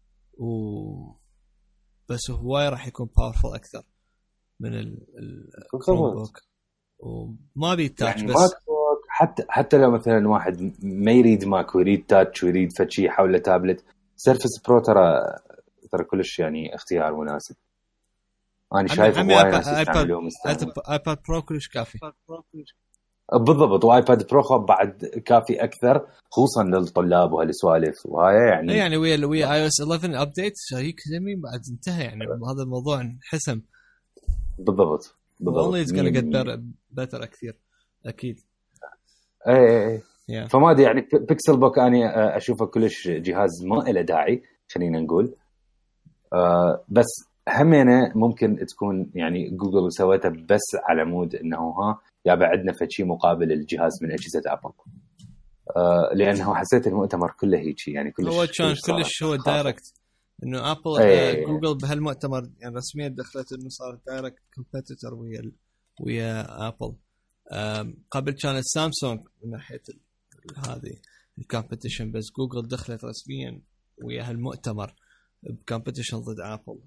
بس هو راح يكون باورفul اكثر من الكروم بوك، وما بيتاتش يعني بس حتى لو مثلا واحد ما يريد ماك ويريد تاتش ويريد فشي حول تابلت، سيرفس برو ترى كلش يعني اختيار مناسب. انا شايف هواي ناس يستعملوه ايباد برو كلش كافي. بالضبط، وايباد برو بعد كافي اكثر خصوصا للطلاب وهالسوالف وهاي يعني ويا اي او اس 11 ابديت شيك زمين بعد انتهى، يعني هذا الموضوع انحسم. بالضبط only it's gonna get better كثير اكيد. اي فما ادري يعني بيكسل بوك انا اشوفه كلش جهاز ما له داعي خلينا نقول. بس همينه ممكن تكون يعني جوجل سويتها بس على مود انه يا بعدنا فشي مقابل الجهاز من اجهزه ابل. لانه حسيت المؤتمر كله هيك يعني كلش هو كان كلش هو دايركت انه ابل جوجل بهالمؤتمر يعني رسميا دخلت انه صار دايركت كومبيتيتور ويا ابل. قبل كانت سامسونج من ناحيه هذه الكومبيتيشن، بس جوجل دخلت رسميا ويا هالمؤتمر بكومبيتيشن ضد ابل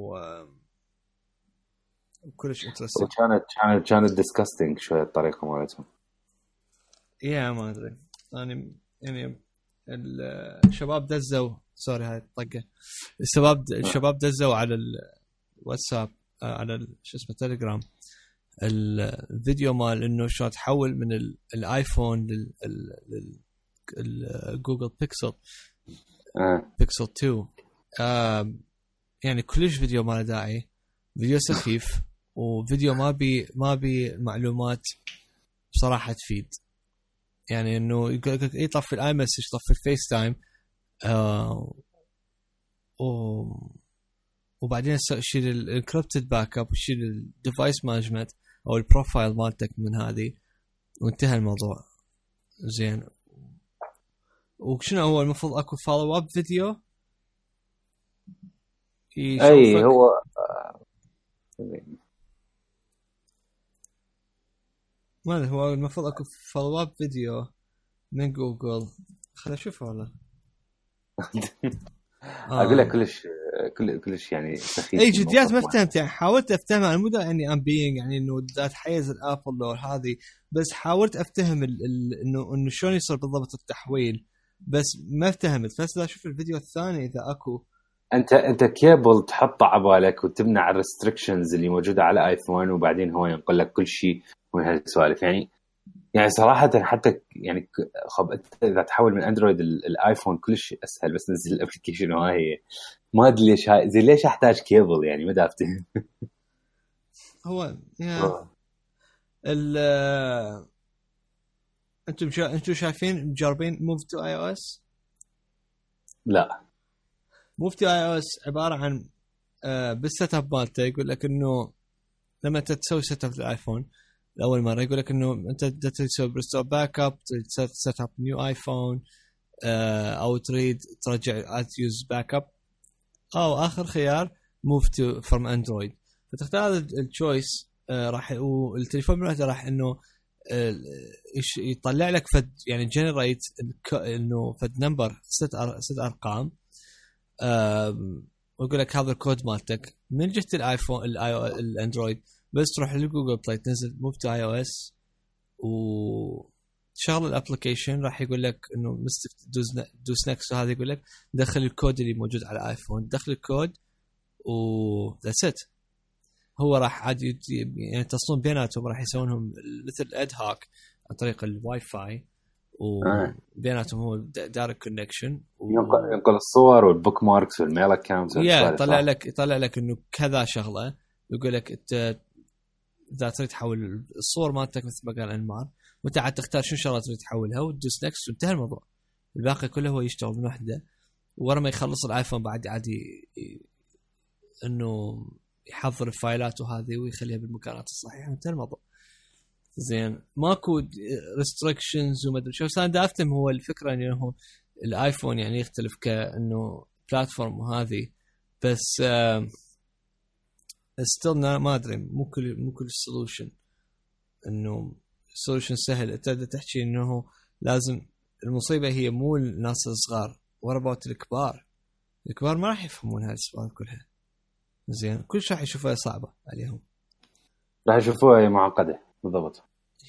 وكلش انترستنج. كانت ديسكاستنج شويه الطريقه مالتهم. ما ادري انا يعني الشباب دزوا سوري هاي الطقه. الشباب دزوا على الواتساب على شو اسمه تليجرام الفيديو مال انه شلون تحول من الايفون للجوجل بيكسل بيكسل 2. يعني كلش فيديو ما له داعي، فيديو سخيف وفيديو ما بي معلومات بصراحه تفيد. يعني انه يطفي الاي مسج، يطفي الفيس تايم، وبعدين يشيل الانكربتد باك اب ويشيل الديفايس مانجمنت او البروفايل مالتك من هذه وانتهى الموضوع. زين وشنو هو المفروض اكو فولو اب فيديو اي هو ما هو المفروض اكو فولو اب فيديو من جوجل. خلينا اشوفه والله. اقول لك كلش يعني سخيف. اي جديات ما فهمت، يعني حاولت افتهمها. انا مو اني ام بينج يعني انه ذات حيز الابل لو هذه، بس حاولت افتهم انه شلون يصير بالضبط التحويل، بس ما افتهمت. بس لا اشوف الفيديو الثاني اذا اكو. انت كيبل تحطه على بالك وتمنع الريستريكشنز اللي موجوده على ايفون، وبعدين هو ينقل لك كل شيء من هالسوالف. يعني صراحه حتى يعني اذا تحول من اندرويد الايفون كلش اسهل، بس نزل الابلكيشن وهي ما ادري ليش زي ليش احتاج كيبل يعني ما دافتهم. هو انتم شايفين مجربين موف تو اي او اس؟ لا، موف تو اي او اس عباره عن بالسيت اب مالته يقول لك انه لما تسوي سيت اب للايفون اول مره يقول لك انه انت تسوي ريستور باك اب، سيت اب نيو ايفون، او تريد ترجع يوز باك اب، او اخر خيار موف تو فروم اندرويد. فتختار هذا التشويس. راح والتليفون مالته راح انه يطلع لك فد يعني جنريت انه فد نمبر ست ارقام، ويقول لك هذا الكود مالتك من جهه الايفون الاندرويد. بس تروح لجوجل بلاي تنزل موف تو اي او اس وتشغل الابلكيشن، راح يقول لك انه دوس نكست، وهذا يقول لك دخل الكود اللي موجود على الايفون، دخل الكود وذاتس ات. هو راح عادي يعني تصلون بيناتهم، راح يسوونهم مثل اد هاك عن طريق الواي فاي، وبيناتهم هو دايركت كونكشن، ينقل الصور والبوك ماركس والميل اكاونت. يطلع لك انه كذا شغله. يقول لك انت اذا تريد تحول الصور مالتك مثل ما قال انمار، وانت عاد تختار شو شغله تريد تحولها وتدوس نكست وانتهى الموضوع. الباقي كله هو يشتغل من وحده، ورا ما يخلص الايفون بعد عادي انه يحضر الفايلات وهذه ويخليها بالمكانات الصحيحه وانتهى الموضوع. زين ماكو ريستريكشنز وما ادري شو. بس انا دا افتهم هو الفكره انه الايفون يعني يختلف كانه بلاتفورم وهذه، بس استلنا ما ادري مو كل السولوشن انه السولوشن سهل. انت تحكي انه لازم المصيبه هي مو الناس الصغار، وربوت الكبار ما راح يفهمون هذه السوالف كلها. زين كل شيء راح يشوفها صعبه عليهم، راح يشوفوها معقده بالضبط.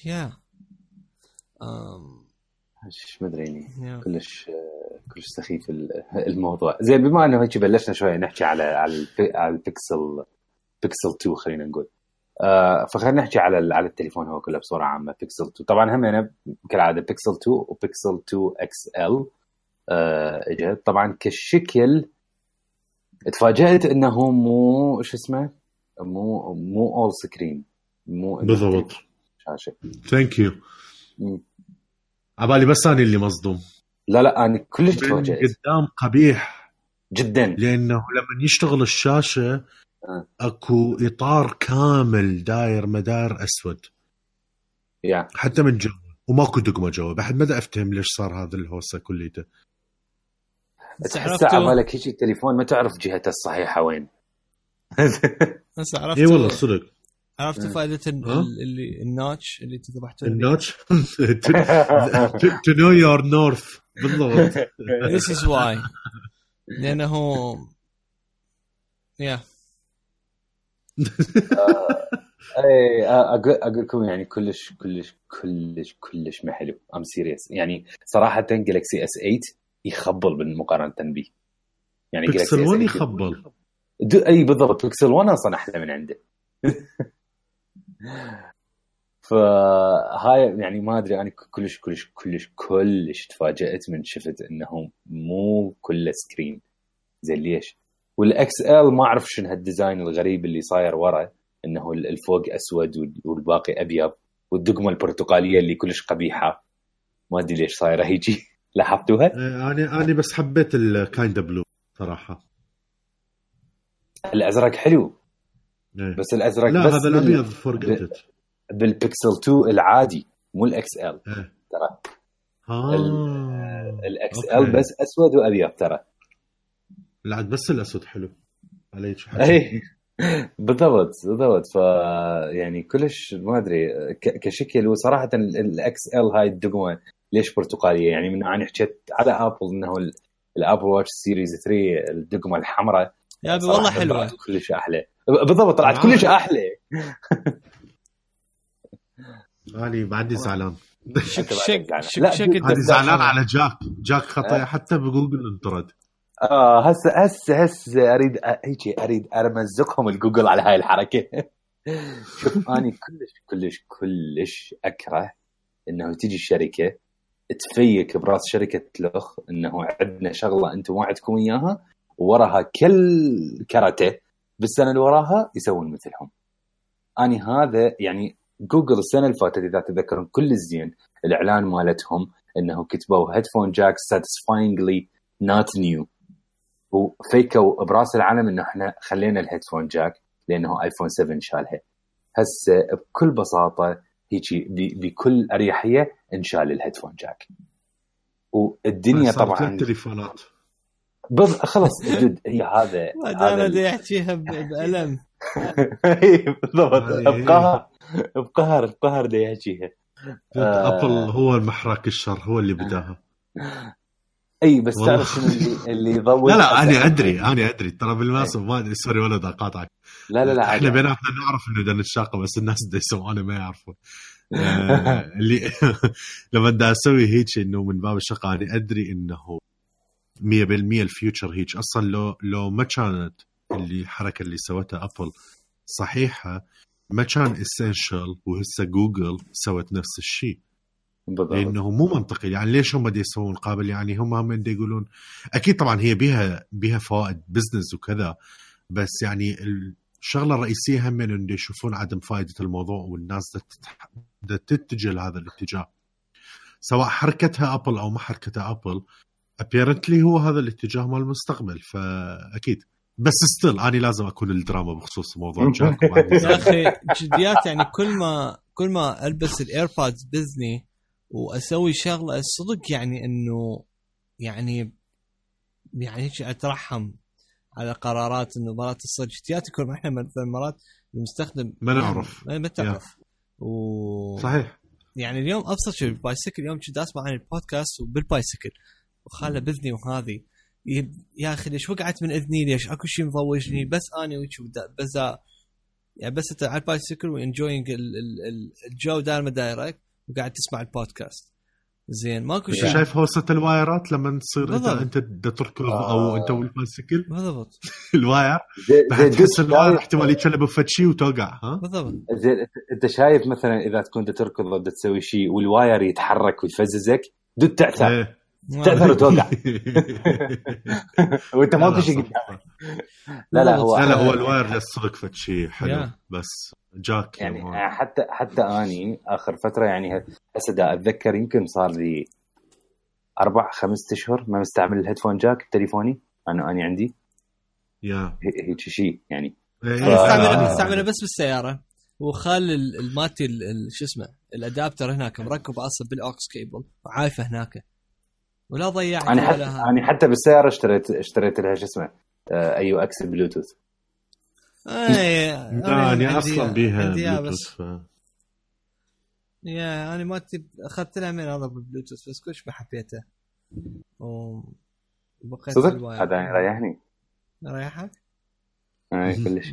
مش مدري كلش سخيف الموضوع. زين بما انه هيك بلشنا شويه نحكي على البيكسل 2 خلينا نقول. فخلينا نحكي على التليفون هو كله بصوره عامه. بيكسل 2 طبعا هم انا كالعاده بيكسل 2 وبيكسل 2 اكس ال اجت طبعا كالشكل. اتفاجأت انه مو شو اسمه مو اول سكرين، مو بالضبط شاشه. ثانك يو. عبالي بس انا اللي مصدوم. لا انا كلش تفاجأت. قدام قبيح جدا، لانه لما يشتغل الشاشه اكو اطار كامل داير مدار اسود حتى من جوا، وماكو دقمه جوا. بعد ما افتهم ليش صار هذا الهوسه كليته. تحس عبالك هيك التليفون ما تعرف جهته الصحيحه وين. هسه عرفت. اي والله صدق. عرفت فائده اللي الناتش اللي تذبحته الناتش to know your north بالضبط. this is why لانه يا اي اقول لكم يعني كلش كلش كلش كلش ما حلو. ام سيريس يعني صراحه جالكسي اس 8 يخبل بالمقارنه به. يعني بيكسل 1 يخبل اي بالضبط. بيكسل 1 اصلا احلى من عنده. فهاي يعني ما ادري انا كلش كلش كلش كلش تفاجأت من شفت انه مو كله سكرين زي ليش. والاكس ال ما اعرف شنو هالديزاين الغريب اللي صاير ورا انه الفوق اسود والباقي ابيض والدقمه البرتقاليه اللي كلش قبيحه. ما ادري ليش صايره هيجي. لاحظتوها؟ انا بس حبيت الكايند بلو صراحه. الازرق حلو بس الازرق لا بس هذا الابيض فرقت بالبيكسل 2 العادي مو الاكس ال ترى. الاكس ال بس اسود وابيض ترى. لا بس الاسود حلو عليه اي بالضبط. ف يعني كلش ما ادري كشكل. وصراحه الاكس ال هاي الدقمه ليش برتقاليه؟ يعني من انا حكيت على ابل انه الابل واتش سيريز 3 الدقمه الحمراء يا والله حلوه كلش احلى. بالضبط طلعت كلش احلى. اني بعدي زعلان. شك اني زعلان على جاك خطأ حتى بجوجل انطرد. هسه اريد ارمزقهم الجوجل على هاي الحركه. شوف اني كلش اكره انه تيجي الشركه تفيك براس شركه لخ انه عندنا شغله انتم ما عندكم اياها ووراها كل كرته بالسنه اللي وراها يسوون مثلهم. اني هذا يعني جوجل السنه اللي فاتت اذا تذكرون كل الزين الاعلان مالتهم انه كتبوا هيدفون جاك satisfyingly not new وفيكوا براس العالم انه احنا خلينا الهيدفون جاك لانه ايفون 7 شالها. هسه بكل بساطه هيجي بكل اريحيه انشال الهيدفون جاك والدنيا طبعا التليفونات خلص جد هي هذا انا بدي احكيها بألم. بالضبط بقهر بدي احكيها. ابل هو المحرك الشر هو اللي بداها. اي بس تعرف شنو اللي يضوي. لا انا ادري ترى بالمناسبه ما ادري سوري ولا اقاطعك. لا احنا بينا احنا نعرف انه بدنا نتشاقى بس الناس اللي يسمعونا ما يعرفون. اللي لما بدي اسوي هيك انه من باب الشقه انا ادري انه 100% الفيوتشر هيك اصلا لو ما كانت اللي الحركه اللي سوتها ابل صحيحه ما كان اسينشال وهسه جوجل سوت نفس الشيء. لانه مو منطقي. يعني ليش هم بدي يسوون قابل؟ يعني هم بدي يقولون اكيد طبعا هي بها فوائد بزنس وكذا بس يعني الشغله الرئيسيه هم انه يشوفون عدم فائده الموضوع والناس تتجه لهذا الاتجاه سواء حركتها ابل او ما حركتها ابل. apparently هو هذا الاتجاه مال المستقبل فاكيد. بس ستيل اني لازم اكون الدراما بخصوص موضوع جاك. يا اخي جديات يعني كل ما البس الايربودز بإذني واسوي شغله الصدق يعني انه يعني هيك اترحم على قرارات انه مرات الصدق جديات يكون احنا مثلا مرات المستخدم ما نعرف ما تعرف صحيح. يعني اليوم ابسط شيء البايسكل اليوم كنت اسمع عن البودكاست وبالبايسكل وخاله باذني وهذه يا اخي ليش وقعت من اذني ليش اكو شيء مضوجني بس انا وشو بس يعني بس انت على البايسكل وانجوينج الجو دائما دايركت وقاعد تسمع البودكاست زين ماكو شيء. شايف هوسة الوايرات لما تصير انت تركض او انت والبايسكل بالضبط الواير بعد تحس الواير احتمال يتشلب بفتشي وتوقع. ها بالضبط. انت شايف مثلا اذا تكون تركض ضد تسوي شيء والواير يتحرك ويفززك دد تعثر تعثر وتوقع وانت ماكو شيء قدامك. لا هو الواير الصدق فتشي حلو بس جاك يعني حتى اني اخر فتره يعني هسه دا اتذكر يمكن صار لي 4-5 اشهر ما مستعمل الهيدفون جاك بتليفوني اني عندي هيك شيء يعني استعمله بس بالسياره وخال الماتي شو اسمه الادابتر هناك مركب اصلا بالاوكس كيبل وعايفه هناك ولا ضيعت. انا حتى بالسياره اشتريت لها شو اسمه ايو اكس بلوتوث. أنا أصلا بيها بلوتوث يا أنا ما أخذت لها من هذا بالبلوتوث بس كلش ما حبيته وبقيت صدق هذا ريحني ريحك كلش.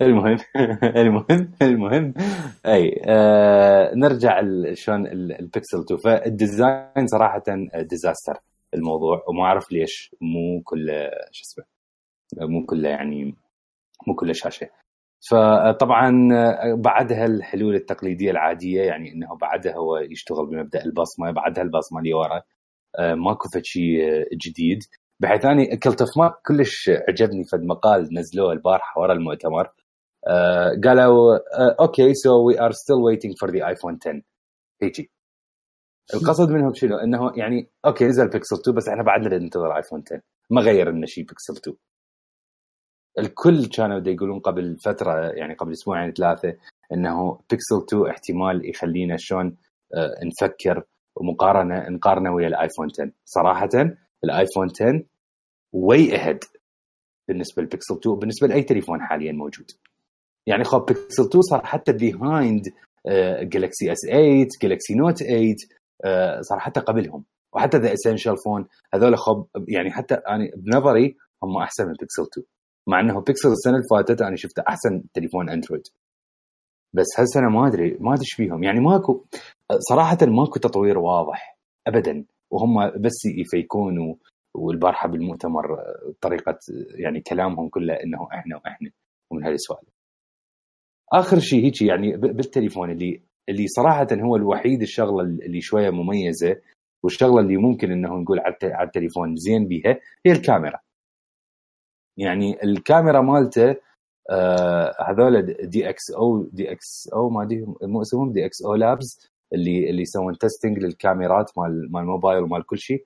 المهم اي نرجع شلون البيكسل 2. فالديزاين صراحه ديزاستر الموضوع وما اعرف ليش مو كله شو اسمه مو كله يعني مو كله شاشه. فطبعا بعدها الحلول التقليديه العاديه يعني انه بعدها هو يشتغل بمبدا البصمه بعدها البصمه اللي ورا ماكو شيء جديد. بحيث أنا كلتفمارك كلش عجبني فد مقال نزلوه البارحة ورا المؤتمر قالوا okay so we are still waiting for the iPhone 10 هيجي القصد منهم شنو انه يعني اوكي نزل بيكسل 2 بس احنا بعدنا ننتظر ايفون 10 ما غير لنا شيء بيكسل 2. الكل كانوا يقولون قبل فترة يعني قبل اسبوعين 3 انه بيكسل 2 احتمال يخلينا شلون نفكر نقارنه ويا الايفون 10. صراحة الايفون 10 way ahead بالنسبه للبيكسل 2 بالنسبه لاي تليفون حاليا موجود. يعني خب بيكسل 2 صار حتى behind جالكسي اس 8 جالكسي نوت 8 صار حتى قبلهم وحتى ذا اسينشال فون هذول خب يعني حتى انا بنظري هم احسن من بيكسل 2 مع انه بيكسل السنه اللي فاتت انا شفته احسن تليفون اندرويد بس هالسنه ما ادري ايش فيهم يعني ماكو صراحه ماكو تطوير واضح ابدا وهم بس يفيكون والبارحة بالمؤتمر طريقة يعني كلامهم كله إنه إحنا ومن هالسوالف. آخر شيء هيك يعني بالتليفون اللي صراحة هو الوحيد الشغلة اللي شوية مميزة والشغلة اللي ممكن إنه نقول على التليفون زين بيها هي الكاميرا. يعني الكاميرا مالته هذول دي اكس او ما دي مو اسمهم دي اكس او لابز اللي يسوون تيستينج للكاميرات مال موبايل ومال كل شيء.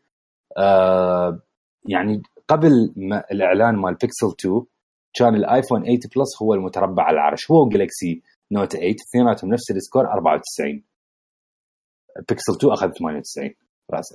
يعني قبل ما الإعلان مال بيكسل 2 كان الآيفون 8 بلس هو المتربع على العرش هو جالكسي نوت 8 اثنيناتهم نفس السكور 94 بيكسل 2 أخذ 98 راسا.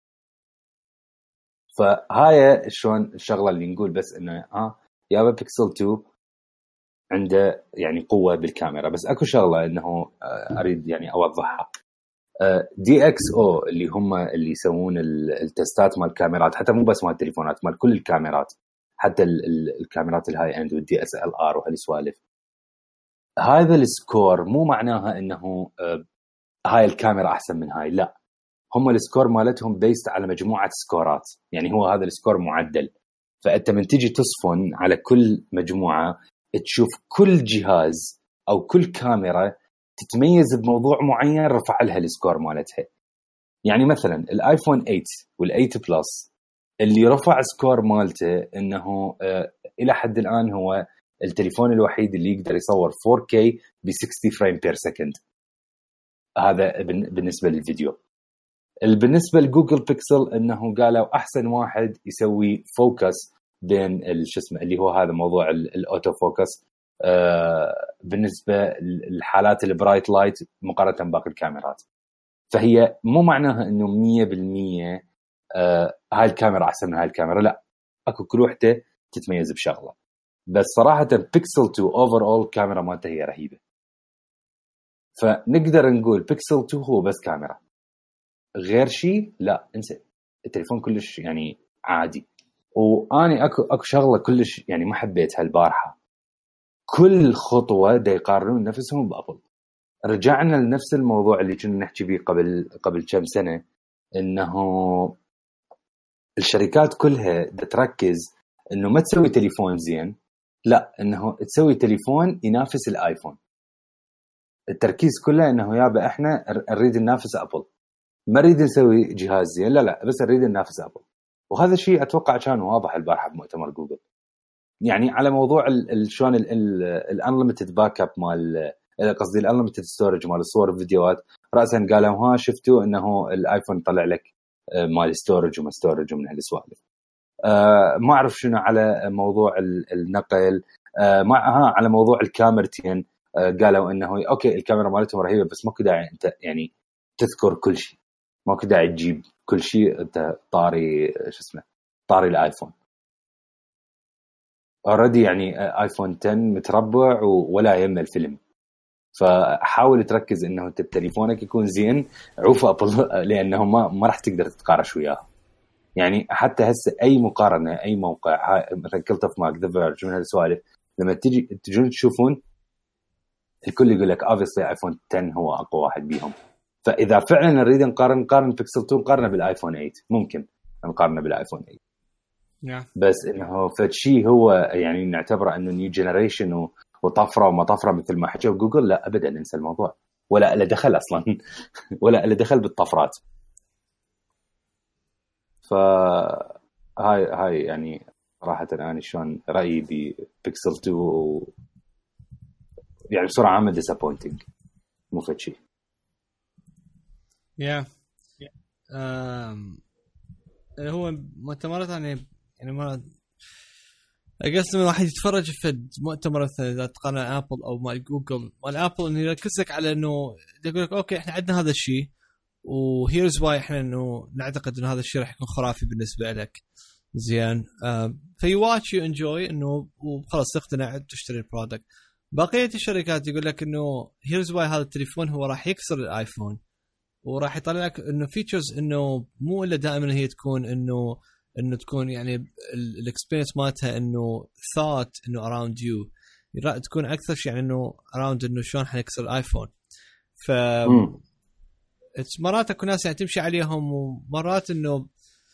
فهاي شلون الشغلة اللي نقول بس إنه يابا بيكسل 2 عنده يعني قوة بالكاميرا. بس أكو شغلة إنه أريد يعني أوضحها. دي اكس او اللي هم اللي يسوون التستات مال الكاميرات حتى مو بس مال التليفونات مال كل الكاميرات حتى الكاميرات الهاي اند والدي اس ال ار وهالسوالف. هذا السكور مو معناها انه هاي الكاميرا احسن من هاي لا هم السكور مالتهم بيست على مجموعة سكورات يعني هو هذا السكور معدل. فأنت من تيجي تصفن على كل مجموعة تشوف كل جهاز أو كل كاميرا تتميز بموضوع معين رفع لها السكور مالتها. يعني مثلا الايفون 8 وال8 بلس اللي رفع سكور مالته انه الى حد الان هو التليفون الوحيد اللي يقدر يصور 4K ب 60 فريم بير سكند. هذا بالنسبه للفيديو. بالنسبه لجوجل بيكسل انه قالوا احسن واحد يسوي فوكس بين شو اسمه اللي هو هذا موضوع الاوتو فوكس بالنسبه للحالات البرايت لايت مقارنه باقي الكاميرات. فهي مو معناها انه 100% هاي الكاميرا احسن من هاي الكاميرا لا اكو كل وحده تتميز بشغله. بس صراحه بيكسل 2 اوفر اول كاميرا مالته هي رهيبه. فنقدر نقول بيكسل 2 هو بس كاميرا غير شيء لا انسى التليفون كلش يعني عادي. واني اكو شغله كلش يعني ما حبيتها البارحه. كل خطوه دا يقارنون نفسهم بابل. رجعنا لنفس الموضوع اللي كنا نحكي بيه قبل كم سنه انه الشركات كلها دا تركز انه ما تسوي تليفون زين لا انه تسوي تليفون ينافس الايفون. التركيز كله انه يابا احنا نريد ننافس ابل ما نريد نسوي جهاز زين لا بس نريد ننافس ابل. وهذا الشيء اتوقع كان واضح البارحه بمؤتمر جوجل. يعني على موضوع شلون الانليمتد باك اب مال قصدي الانليمتد ستورج مال الصور والفيديوهات راسا قالوا شفتوا انه الايفون طلع لك مال ستورج وما ستورج ومن هالسوالف. ما اعرف شنو على موضوع النقل على موضوع الكاميرتين قالوا انه اوكي الكاميرا مالتهم رهيبه بس ماكو داعي انت يعني تذكر كل شيء ماكو داعي تجيب كل شيء انت طاري الايفون. اوريدي يعني ايفون 10 متربع ولا يم الفيلم، فحاول تركز انه انت تليفونك يكون زين عوف ابل، لانه ما راح تقدر تتقارش وياه. يعني حتى هسه اي مقارنه اي موقع مثلا كلت اوف ماك ذا فيرج من هالسوالف لما تجون تشوفون الكل يقول لك obviously ايفون 10 هو اقوى واحد بيهم. فاذا فعلا نريد نقارن بيكسل 2 نقارنه بالايفون 8 ممكن نقارنه بالايفون 8 بس انه فشي هو يعني نعتبره انه نيو جنريشن وطفره وما طفره مثل ما حكوا جوجل، لا ابدا ننسى الموضوع، ولا له دخل اصلا ولا له دخل بالطفرات. هاي يعني صراحه انا شلون رايي ببيكسل 2 يعني بصراحه عامه ديسابوينتنج مو فشي. هو مؤتمرات يعني ما أقصد من واحد يتفرج في مؤتمر إذا تقارن أبل أو مال جوجل مال أبل إنه يركزك على إنه يقول لك أوكي إحنا عندنا هذا الشيء وهيرز واي إحنا إنه نعتقد إنه هذا الشيء راح يكون خرافي بالنسبة لك زين. في واتش يو انجوي إنه وخلاص تقتنع تشتري البرودكت. بقية الشركات يقول لك إنه هيرز واي هذا التليفون هو راح يكسر الآيفون وراح يطلع لك إنه فيتشرز إنه مو إلا دائما هي تكون إنه تكون يعني الاكسبيرينس مالتها انه ثوت انه اراوند يو تكون اكثر شيء يعني انه اراوند انه شلون حنكسر الايفون. ف مرات اكو ناس يعني تمشي عليهم ومرات انه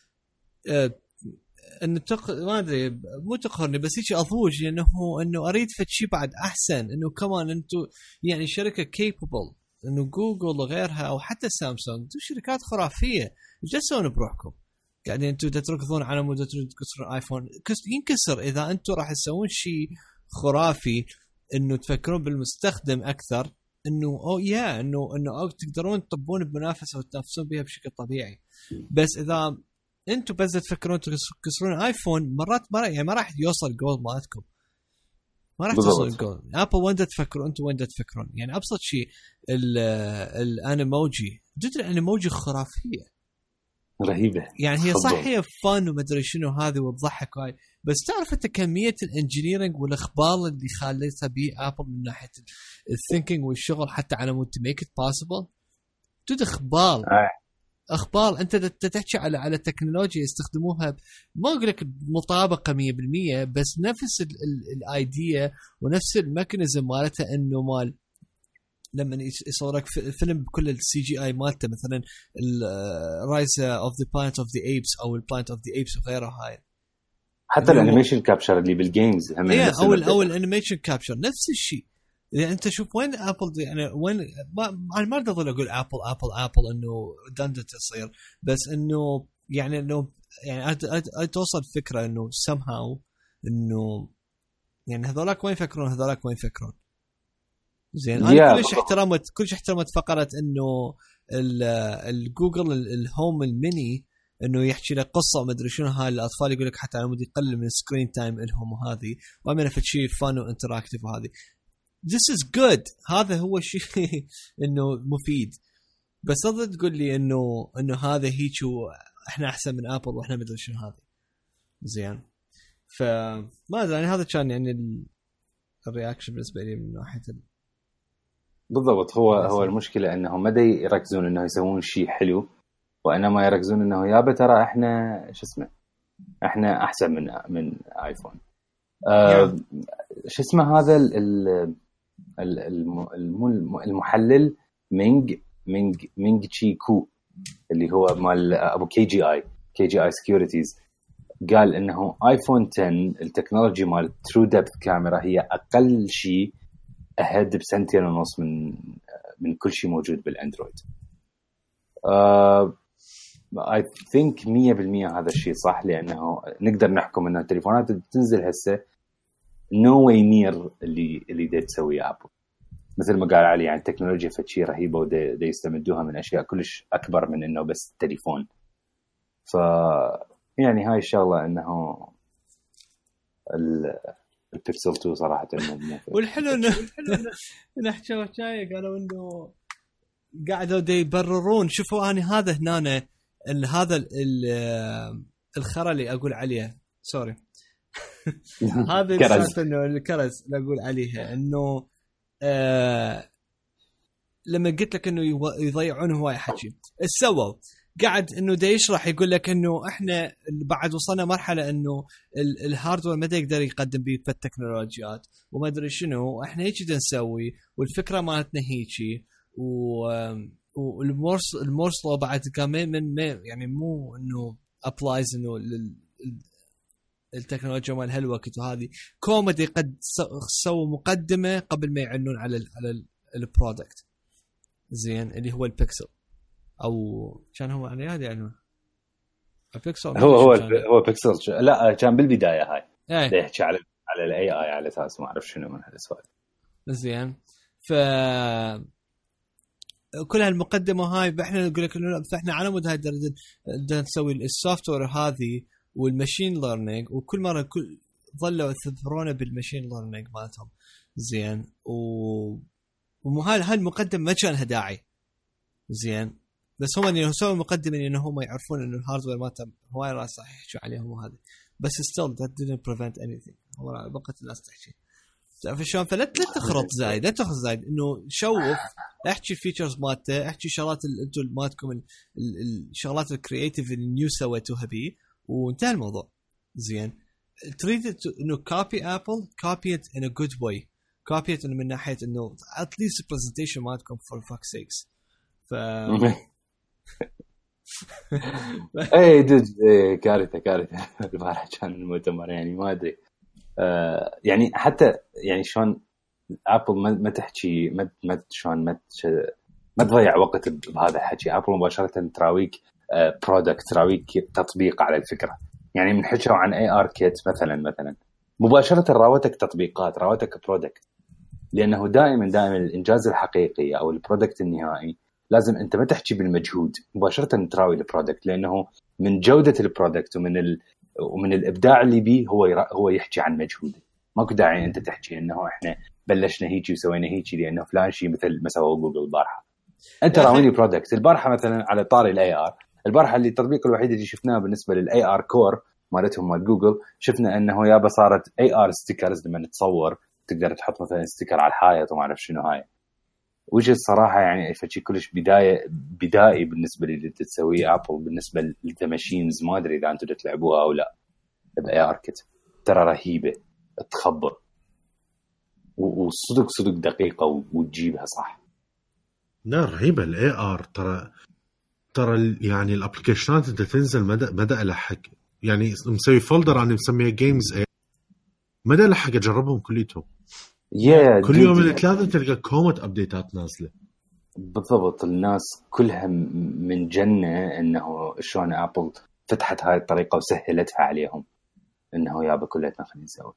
ما ادري مو تقهرني بس هيك اضوج انه اريد فد شيء بعد احسن انه كمان انتم يعني شركه كيبل انه جوجل وغيرها او حتى سامسونج انتم شركات خرافيه ايش تسوون بروحكم؟ يعني انتوا تركضون على مود تكسرون الايفون ينكسر اذا انتوا راح تسوون شيء خرافي انه تفكرون بالمستخدم اكثر انه انه تقدرون تطبون بمنافسه وتنافسون بها بشكل طبيعي. بس اذا انتوا بس تفكرون تكسرون ايفون مرات ما راح يوصل الجول مالتكم، ما راح توصل الجول. ابل وين تفكرون انتوا وين تفكرون؟ يعني ابسط شيء الانيموجي الانيموجي خرافيه رهيبه يعني هي صح هي فن ومدري شنو هذه وتضحك هاي بس تعرف انت كميه الانجينيرنج والاخبار اللي خليتها بيه ابل من ناحيه الثينكينج والشغل حتى على مود تو ميك ات بوسيبل تد اخبار انت تحكي على تكنولوجيا يستخدموها ما اقول لك مطابقه 100% بس نفس الايديا ونفس الميكانيزم مالتها انه مال لما يصورك فيلم بكل السي جي اي مالته مثلا الرايز اوف ذا بلانت اوف ذا ايبس او البلانت اوف ذا ايبس وغيرها هاي حتى الانيميشن كابتشر اللي بالجيمز هم او الانيميشن كابتشر نفس الشيء. يعني انت شوف وين ابل يعني وين انا ما اقدر اقول ابل انه دندت تصير بس انه يعني انه يعني توصل فكره انه somehow انه يعني هذولاك وين يفكرون زين. انا كلش احترمت فقره انه الجوجل الهوم الميني انه يحكي لك قصه وما ادري شنو هاي الاطفال يقول لك حتى على مود يقلل من السكرين تايم لهم وهذه وعمل في شيء فان وانتراكتيف وهذه this is good هذا هو الشيء انه مفيد. بس لا تقول لي انه هذا هيك احنا احسن من ابل واحنا ما ادري شنو هذه زين. فما ادري يعني هذا كان يعني الرياكشن بالنسبه لي من ناحيه بالضبط. هو المشكله انهم ما يركزون انه يسوون شيء حلو وانما يركزون انه يابا ترى احنا شو اسمه احنا احسن من ايفون. شو اسمه هذا المحلل مينغ تشي كو اللي هو مال ابو كي جي اي سكيورتيز قال انه ايفون 10 التكنولوجي مال ترو ديبث كاميرا هي اقل شيء أهد بسنتين ونص من كل شيء موجود بالأندرويد. I think 100% هذا الشيء صح لأنه نقدر نحكم أن التليفونات تنزل هسه no way near اللي دا تسوي أبل مثل ما قال علي يعني التكنولوجيا فشي رهيبة ودا يستمدوها من أشياء كلش أكبر من إنه بس التليفون. يعني هاي الشغلة أنه البيكسل 2 صراحة والحلو إنه نحكي شيء قالوا إنه قاعدوا يبررون شوفوا أنا هذا هنا هذا الخرا اللي أقول عليه سوري هذا السالفه انه الكرز اللي اقول عليها انه لما قلت لك انه يضيعون هواي حكي سووا قاعد انه دا يشرح يقول لك انه احنا بعد وصلنا مرحله انه الهاردوير ما يقدر يقدم بيه التكنولوجيات وما ادري شنو احنا هيك دا نسوي والفكره مالتنا هيك والمورس لو بعد كمان من يعني مو انه ابلايز انه التكنولوجيا مال هالوقت وهذه كوميدي قد سووا مقدمه قبل ما يعلنون على البرودكت زين اللي هو البيكسل او كان هو على هذا يعني البيكسل هو بيكسل لا كان بالبدايه هاي يحكي على الاي اي على اساس ما اعرف شنو من هالسؤال زين ف كل هالمقدمه هاي احنا نقول لك انه احنا على مود هاي بدنا نسوي السوفت وير هذه والماشين ليرنينج وكل مره ظلوا يثبرونا بالماشين ليرنينج مالتهم زين هاي المقدمه ما كان لها داعي زين بس هم انه سووا مقدمه انه هم يعرفون انه الهاردوير مالتهم هواي راس صح يحكوا عليهم وهذا بس still that didn't prevent anything هو بقت الناس تحكي تعرف شلون فلا تخرط زايد لا تخرط زايد انه شوف احكي الفيتشرز مالته احكي شغلات انتم مالتكم الشغلات الكرييتيف اللي نيو سويتوها بيه وانتهى الموضوع زين تريد انه كوبي ابل كوبي ات ان ا جود واي كوبي ات من ناحيه انه at least presentation مالتكم for fuck sakes ف اي دج كارثه البارحه كان المؤتمر يعني ما ادري يعني حتى يعني شلون ابل ما تحكي ما شلون ما تضيع وقت بهذا الحكي ابل مباشره تراويك برودكت تراويك تطبيق على الفكره يعني من حكوا عن اي ار كيت مثلا مباشره راوتك تطبيقات راوتك برودكت لانه دائما الانجاز الحقيقي او البرودكت النهائي لازم انت ما تحكي بالمجهود مباشره تراوي البرودكت لانه من جوده البرودكت ومن الابداع اللي بيه هو يحكي عن مجهوده ماكو داعي انت تحكي انه احنا بلشنا هيجي وسوينا هيجي لانه فلان شيء مثل ما سووا جوجل البارحه انت راويني برودكت البارحه مثلا على طاري الاي ار البارحه اللي التطبيق الوحيد اللي شفناه بالنسبه للاي ار كور مالتهم مال جوجل شفنا انه يابا صارت اي ار ستيكرز لما تصور تقدر تحط مثلا ستيكر على الحائط وما اعرف شنو هاي وجه الصراحه يعني فشي كلش بدائي بالنسبه للي تسويه ابل بالنسبه للماشينز ما ادري اذا انتم تلعبوها او لا باي ار كيت ترى رهيبه تخبر وصدق دقيقه وتجيبها صح لا رهيبه الاي ار ترى يعني الابلكيشنات انت تنزل مدى الحق يعني مسوي فولدر انا مسميه جيمز مدى الحق اجربهم كليتهم كل يوم من ثلاثه تلقى كومت ابديتات نازله بالضبط الناس كلها من جنه انه شلون ابل فتحت هاي الطريقه وسهلتها عليهم انه يابا كلتنا خلينا نسوي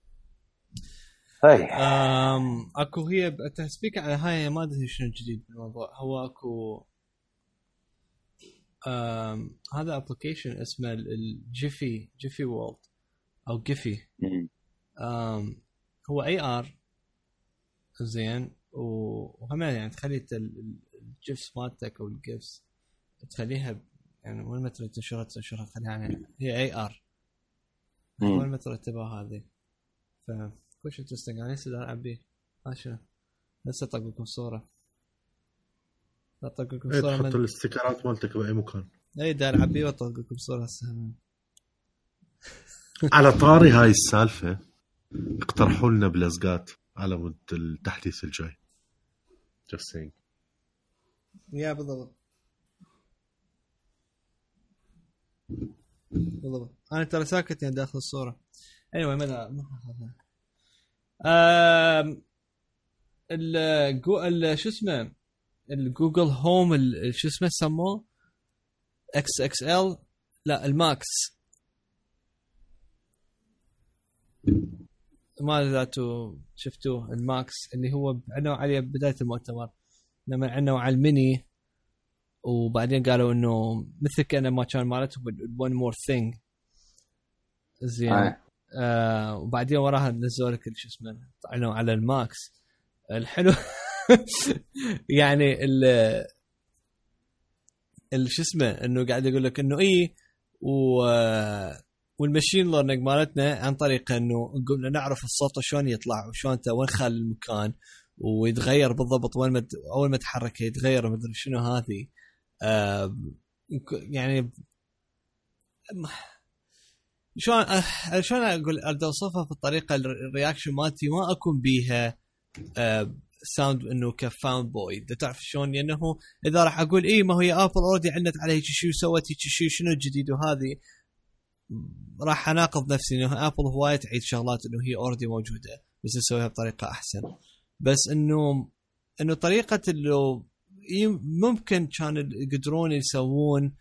هاي اكو هي تسبيك على هاي ما ادري شنو الجديد بالموضوع هو اكو هذا ابلكيشن اسمه الجيفي وورلد او جيفي هو اي ار زين وهم يعني تخلي الجيفس مالتك او الجيفس تخليها يعني وين ما تنشرها تخليها يعني هي اي ار وين ما ترتبها هذه فكوش انترستنج انا لسه العب بيه ماشي لسه اطق لكم صوره اطق لكم صوره تحط الاستيكرات مالتك باي مكان اي دا العب بيه واطق لكم صوره هسه على طاري هاي السالفه اقترحوا لنا بلزقات على مود التحديث الجاي just saying يا بالضبط انا ترى ساكت يعني داخل الصوره ايوه ما شو اسمه الجوجل هوم شو اسمه سموه اكس اكس ال لا الماكس ما ذاته شفتوه الماكس اللي هو عنوا عليه بداية المؤتمر لما عنوا على الميني وبعدين قالوا انه مثل كأنه ما كان مالته one more thing زين وبعدين وراها نزلوا لك شو اسمه عنوا على الماكس الحلو يعني شو اسمه انه قاعد يقول لك انه ايه والماشين ليرنينج مالتنا عن طريق انه قمنا نعرف الصوت شلون يطلع وشلون انت وين خال المكان ويتغير بالضبط وين اول ما تحرك يتغير ما ادري شنو هذه. يعني شلون اقول اوصفها في الطريقه الرياكشن مالتي ما اكون بيها ساوند انه كفاوند بوي. تعرف شلون انه اذا راح اقول ايه ما هي ابل اوريدي عندت عليه شيء سوت شيء شنو الجديد وهذه راح اناقض نفسي انه ابل هوايه تعيد شغلات انه هي اوريدي موجوده بس نسويها بطريقه احسن. بس انه طريقه اللي ممكن كان يقدرون يسوون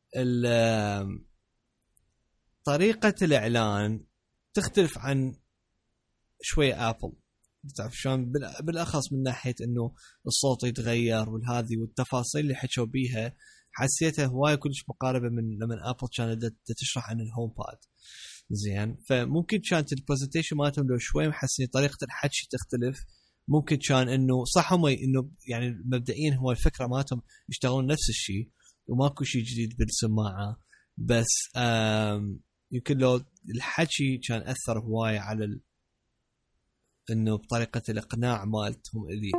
طريقه الاعلان تختلف عن شويه ابل. تعرف شلون بالاخص من ناحيه انه الصوت يتغير والهذه والتفاصيل اللي حكوا بيها حسيتها هواي كلش مقاربه من لما ابل كانت تشرح عن الهوم باد. زين فممكن كانت البرزنتيشن مالتهم لو شوي محسنين طريقه الحكي تختلف. ممكن كان انه صح هم انه يعني مبدئيا هو الفكره مالتهم يشتغلون نفس الشيء وماكو شيء جديد بالسماعه بس يمكن لو الحكي كان اثر هواي على انه بطريقه الاقناع مالتهم الي.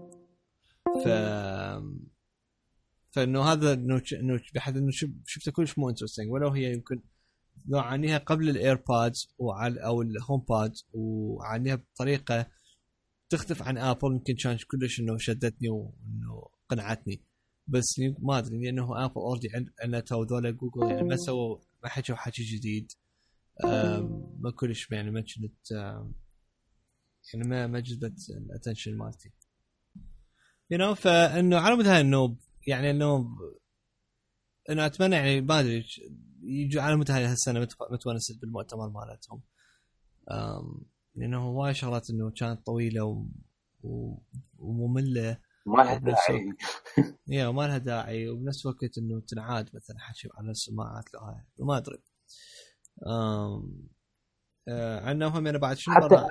فانه هذا انه بحد انه شفت كلش مو انترستينج ولو هي يمكن لو عانيها قبل الايربودز او الهوم باد وعانيها بطريقه تختلف عن ابل يمكن كان كلش انه شدتني وانه قنعتني. بس ما ادري لانه ابل اوريدي عندنا ذولا جوجل يعني ما سووا ما حكوا حكي جديد ما كلش يعني ما كنت يعني ما جذبت الاتنشن مالتي فانه على مود انه يعني انه اتمنى يعني ما ادري يجوا على مود هالسنه متونس بالمؤتمر مالتهم لانه هواي شغلات انه كانت طويله وممله ما لها داعي وما لها داعي وبنفس الوقت انه تنعاد مثلا حكي على السماعات له ما ادري عندنا هم انا بعد شنو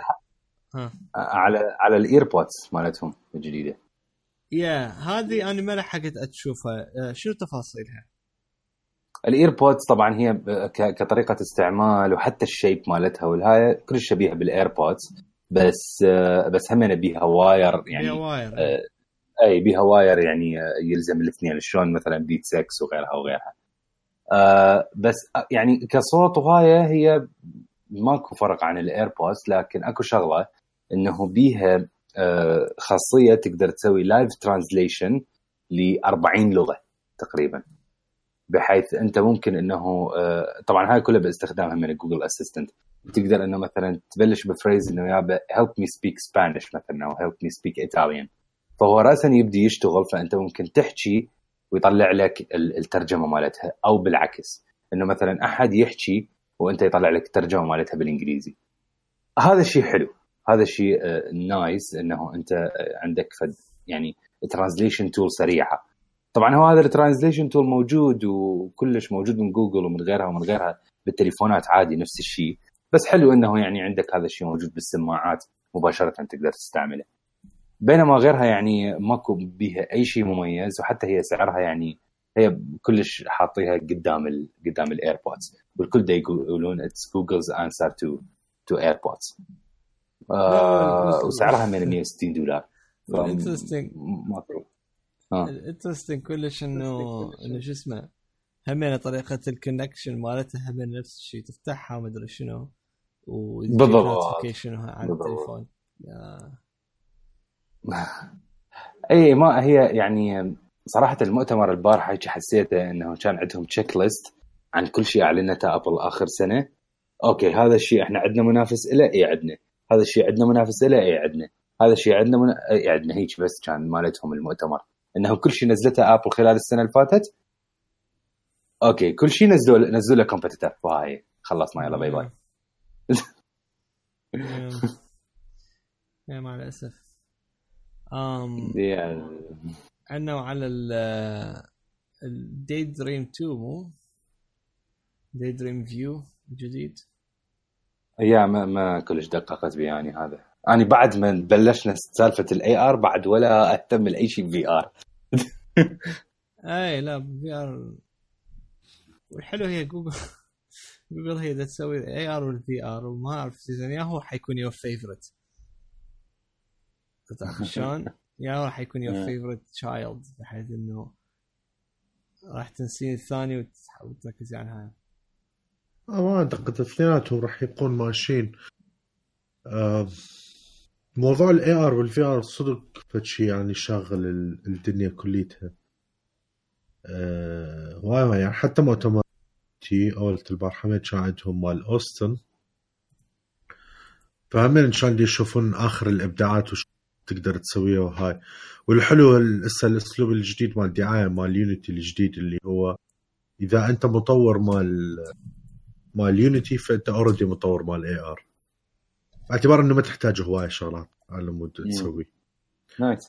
على الايربودز مالتهم الجديده هذه انا ما لحقت اشوفها شنو تفاصيلها. الايربودز طبعا هي كطريقه استعمال وحتى الشيب مالتها والهاي كل شبيهه بالايربودز بس هم بيها واير يعني اي بيها واير يعني يلزم الاثنين شلون مثلا بيت 6 وغيرها بس يعني كصوت وهاي هي ماكو فرق عن الايربودز لكن اكو شغله انه بيها خاصيه تقدر تسوي لايف ترانزليشن ل40 لغه تقريبا بحيث انت ممكن انه طبعا هاي كلها باستخدامها من جوجل اسيستنت تقدر انه مثلا تبلش بفريز انه يا help me speak Spanish مثلا او help me speak Italian فهو راسا يبدي يشتغل فانت ممكن تحكي ويطلع لك الترجمه مالتها او بالعكس انه مثلا احد يحكي وانت يطلع لك الترجمه مالتها بالانجليزي. هذا الشيء حلو هذا الشيء نايس انه انت عندك يعني ترانزليشن تول سريعه. طبعا هو هذا الترانزليشن تول موجود وكلش موجود من جوجل ومن غيرها بالتليفونات عادي نفس الشيء بس حلو انه يعني عندك هذا الشيء موجود بالسماعات مباشره تقدر تستعمله بينما غيرها يعني ماكو بيها اي شيء مميز وحتى هي سعرها يعني هي كلش حاطيها قدام الايربودز والكل دا يقولون it's Google's answer to AirPods وسعرها من $160. interesting interesting كلش انه شو اسمه همين طريقه الكونكشن مالتها همين نفس الشيء تفتحها وما ادري شنو بالضبط على التليفون اي ما هي يعني صراحه المؤتمر البارحه حسيته انه كان عندهم تشيك ليست عن كل شيء اعلنته ابل اخر سنه. اوكي هذا الشيء احنا عندنا منافس له اي عندنا هذا الشيء عندنا منافس له اي عندنا هذا الشيء عندنا اي عندنا هيك بس كان مالتهم المؤتمر انه كل شيء نزلته ابل خلال السنه اللي فاتت اوكي كل شيء نزلوا له كومبيتيتور وهاي خلصنا يلا باي باي يا مع الاسف عندنا على الداي دريم 2 مو داي دريم فيو الجديد يا ما كلش دققت بيه يعني هذا أنا بعد ما بلشنا سالفة الاي ار بعد ولا اهتم لاي شيء في ار اي لا في ار والحلو هي جوجل جوجل هي تسوي الاي ار والفي ار، وما اعرف اذا يا هو حيكون يور فيفورت شلون، يا راح يكون يور فيفورت تشايلد بحيث انه راح تنسين الثاني وتركزي على هاي. ما اعتقد اثنيناتهم راح يكون ماشيين. موضوع الاي ار والفي ار صدق فشي يعني شاغل الدنيا كليتها. واي يعني حتى مؤتمر اول البار حميد شاهدهم مال اوستن، فهمين ان شاء الله يشوفون اخر الابداعات وش تقدر تسويها وهاي. والحلو هسه الاسلوب الجديد مال الدعايه مال يونيتي الجديد، اللي هو اذا انت مطور مال يونيتي فانت اوريدي مطور مال اي ار، باعتبار انه ما تحتاج هوايه شغلات على مود تسوي. نايس.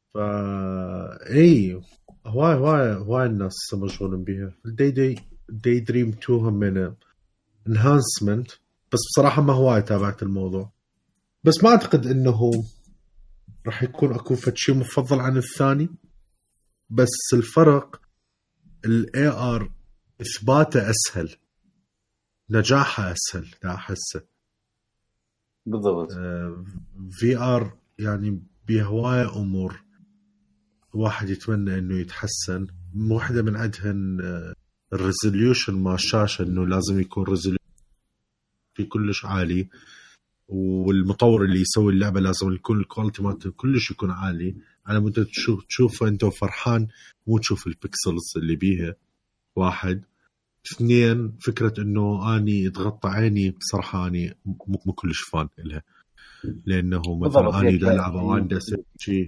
اي هواي الناس مشغولين بيها. داي دريم 2 هم من انهانسمنت، بس بصراحه ما هواي تابعت الموضوع. بس ما اعتقد انه راح يكون اكو شيء مفضل عن الثاني، بس الفرق الاي ار اثباته اسهل، نجاحه اسهل دا احسه. بالضبط. في ار يعني بهواية امور واحد يتمنى انه يتحسن. واحدة من عندهن الريزوليوشن مع الشاشة، انه لازم يكون ريزوليوشن في كلش عالي، والمطور اللي يسوي اللعبة لازم يكون الكواليتي مالته كلش يكون عالي على مدة تشوفه انت فرحان، مو تشوف البيكسلز اللي بيها. واحد. اثنين، فكرة انه اني اتغطى عيني بصراحة اني مو كلش فان لها، لانه مثلا اني العبة وعندي شيء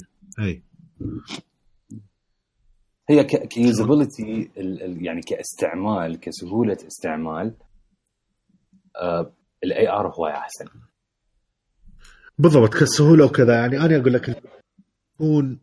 هي كيوزابيلتي يعني كاستعمال، كسهولة استعمال، الاي ار هو احسن. بالضبط كسهولة وكذا. يعني انا اقول لك يكون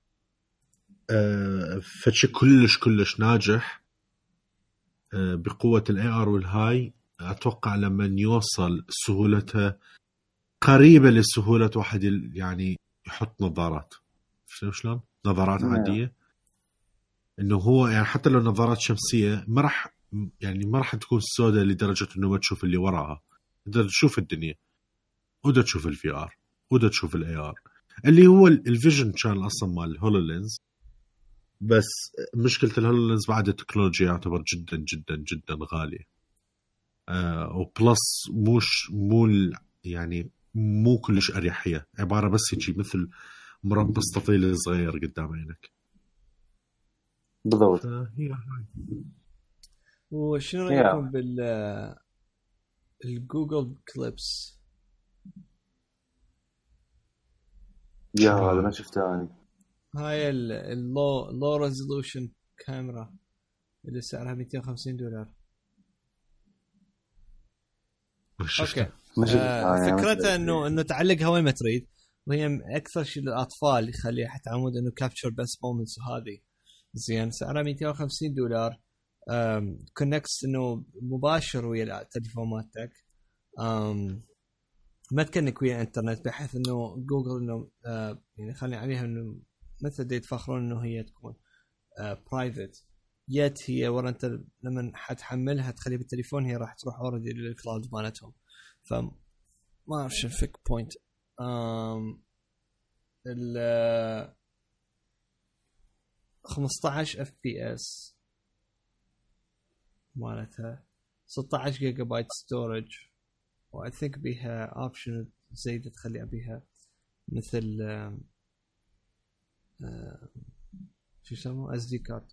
فشي كلش ناجح بقوة الاي ار والهاي. اتوقع لما يوصل سهولتها قريبة لسهولة واحد يعني يحط نظارات، شلون نظارات عادية، انه هو يعني حتى لو نظارات شمسية ما راح تكون سوداء لدرجة انه ما تشوف اللي وراها، تقدر تشوف الدنيا ودا تشوف الفي ار ودا تشوف الاي ار اللي هو الفيجن كان اصلا مال هولولينز. بس مشكلة الهولولينز بعد التكنولوجيا يعتبر جدا جدا جدا غالية، وبلس يعني مو كلش أريحية، عبارة بس يجي مثل مربى مستطيل صغير قدام عينك. بالضبط. وشنو رأيكم الجوجل كليبس؟ يا هذا ما شفته أنا. هاي اللو ريزولوشن كاميرا اللي سعرها $250. اوكي. فكرتها انه تعلقها وين ما تريد، وهي اكثر شيء للاطفال يخليها حتى عمود انه كابتشر بس مومنتس. وهذه زين سعرها $250. كونكس انه مباشر ويا التليفون مالتك، ما تكنك ويا انترنت، بحيث انه جوجل انه يعني خلي عليها انه مثل دي يتفخرون انه هي تكون برايفت، يت هي ورا انت لما حتحملها تخلي بالتليفون هي راح تروح اوردي للكلاود مالتهم. فما اعرف شو الفيك بوينت. ال 15 FPS مالتها، 16 جيجا بايت ستورج، واي ثينك بيها اوبشن زيادة تخلي بيها مثل شو يسموه اس دي كارد.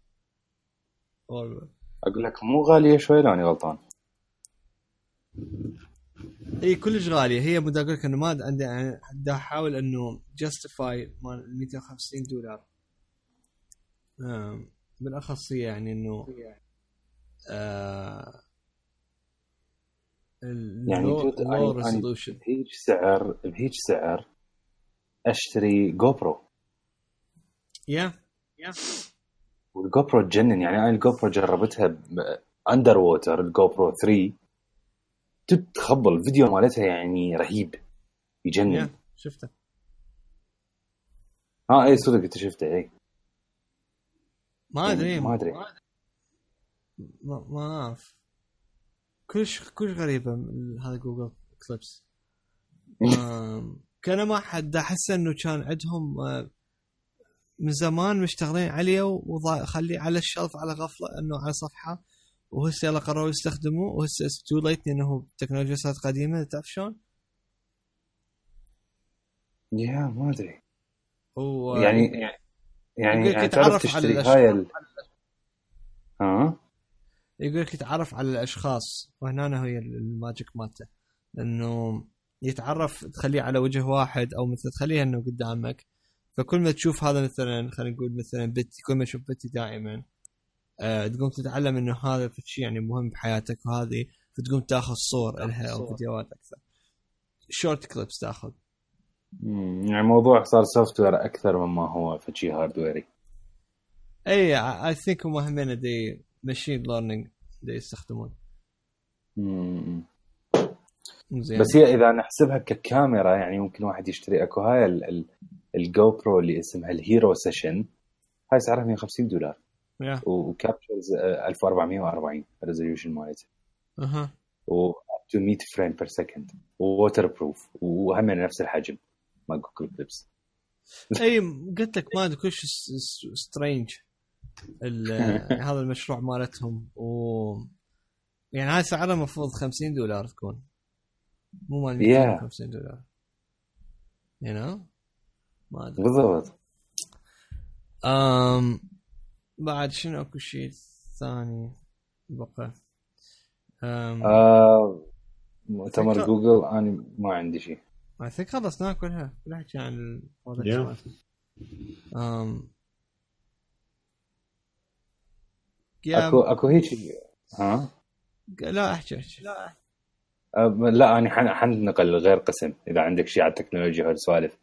اقول لك مو غاليه شوي لو اني غلطان. هي كلش غاليه. هي بدي اقول لك انه ما عندي، بدي احاول انه جاستيفاي مال $250. بالاخص يعني انه يعني لو ريزولوشن بهيج سعر اشتري جو برو. يا والجو برو تجنن. يعني انا الجو برو جربتها اندر ووتر، الجو برو 3 تتخبل الفيديو مالتها يعني رهيب يجنن. شفته. اي صدق انت شفته؟ اي ما ادري ما اعرف. كلش غريبه هذا جوجل كليبس. كان ما حد احس انه كان عندهم من زمان مشتغلين عليه وخليه على الشلف على غفله انه على صفحه، وهسه يلا قرروا يستخدموه، وهسه تو ليت لانه التكنولوجيا صارت قديمه. تعرف شلون؟ ما ادري. هو يعني تعرف على هاي يقول لك يتعرف على الاشخاص، وهنا هي الماجيك مالته، انه يتعرف تخليه على وجه واحد او مثل تخليه انه قدامك، فكل ما تشوف هذا مثلا خلينا نقول مثلا بنتي، كل ما تشوف بنتي دائما تقوم تتعلم انه هذا شيء يعني مهم بحياتك، وهذه فتقوم تاخذ صور لها او فيديوهات اكثر، شورت كليبس تاخذ. يعني الموضوع صار سوفت وير اكثر مما هو فشي هاردويري. اي اي ثينك هم همين دي ماشين ليرنينج دي يستخدمون. بس هي اذا نحسبها ككاميرا يعني ممكن واحد يشتري اكو هاي الجو برو اللي اسمها الهيرو سيشن، هاي سعرها $150 وكابتشرز 1440 ريزوليوشن مالته و up to 100 فريم بير سكند ووتر بروف، وهم نفس الحجم مال جوجل كليبس. اي قلت لك ما ادري كلش سترينج هذا المشروع مالتهم، يعني هاي سعرها المفروض $50 تكون، مو مال $250 ما ادري بالضبط. بعد شنو اكو شيء ثاني بقى؟ مؤتمر جوجل انا ما عندي شيء. I think خلصنا كلها حكي عن اكو هيك لا احكي لا انا حننقل غير قسم اذا عندك شيء على التكنولوجيا هالسوالف.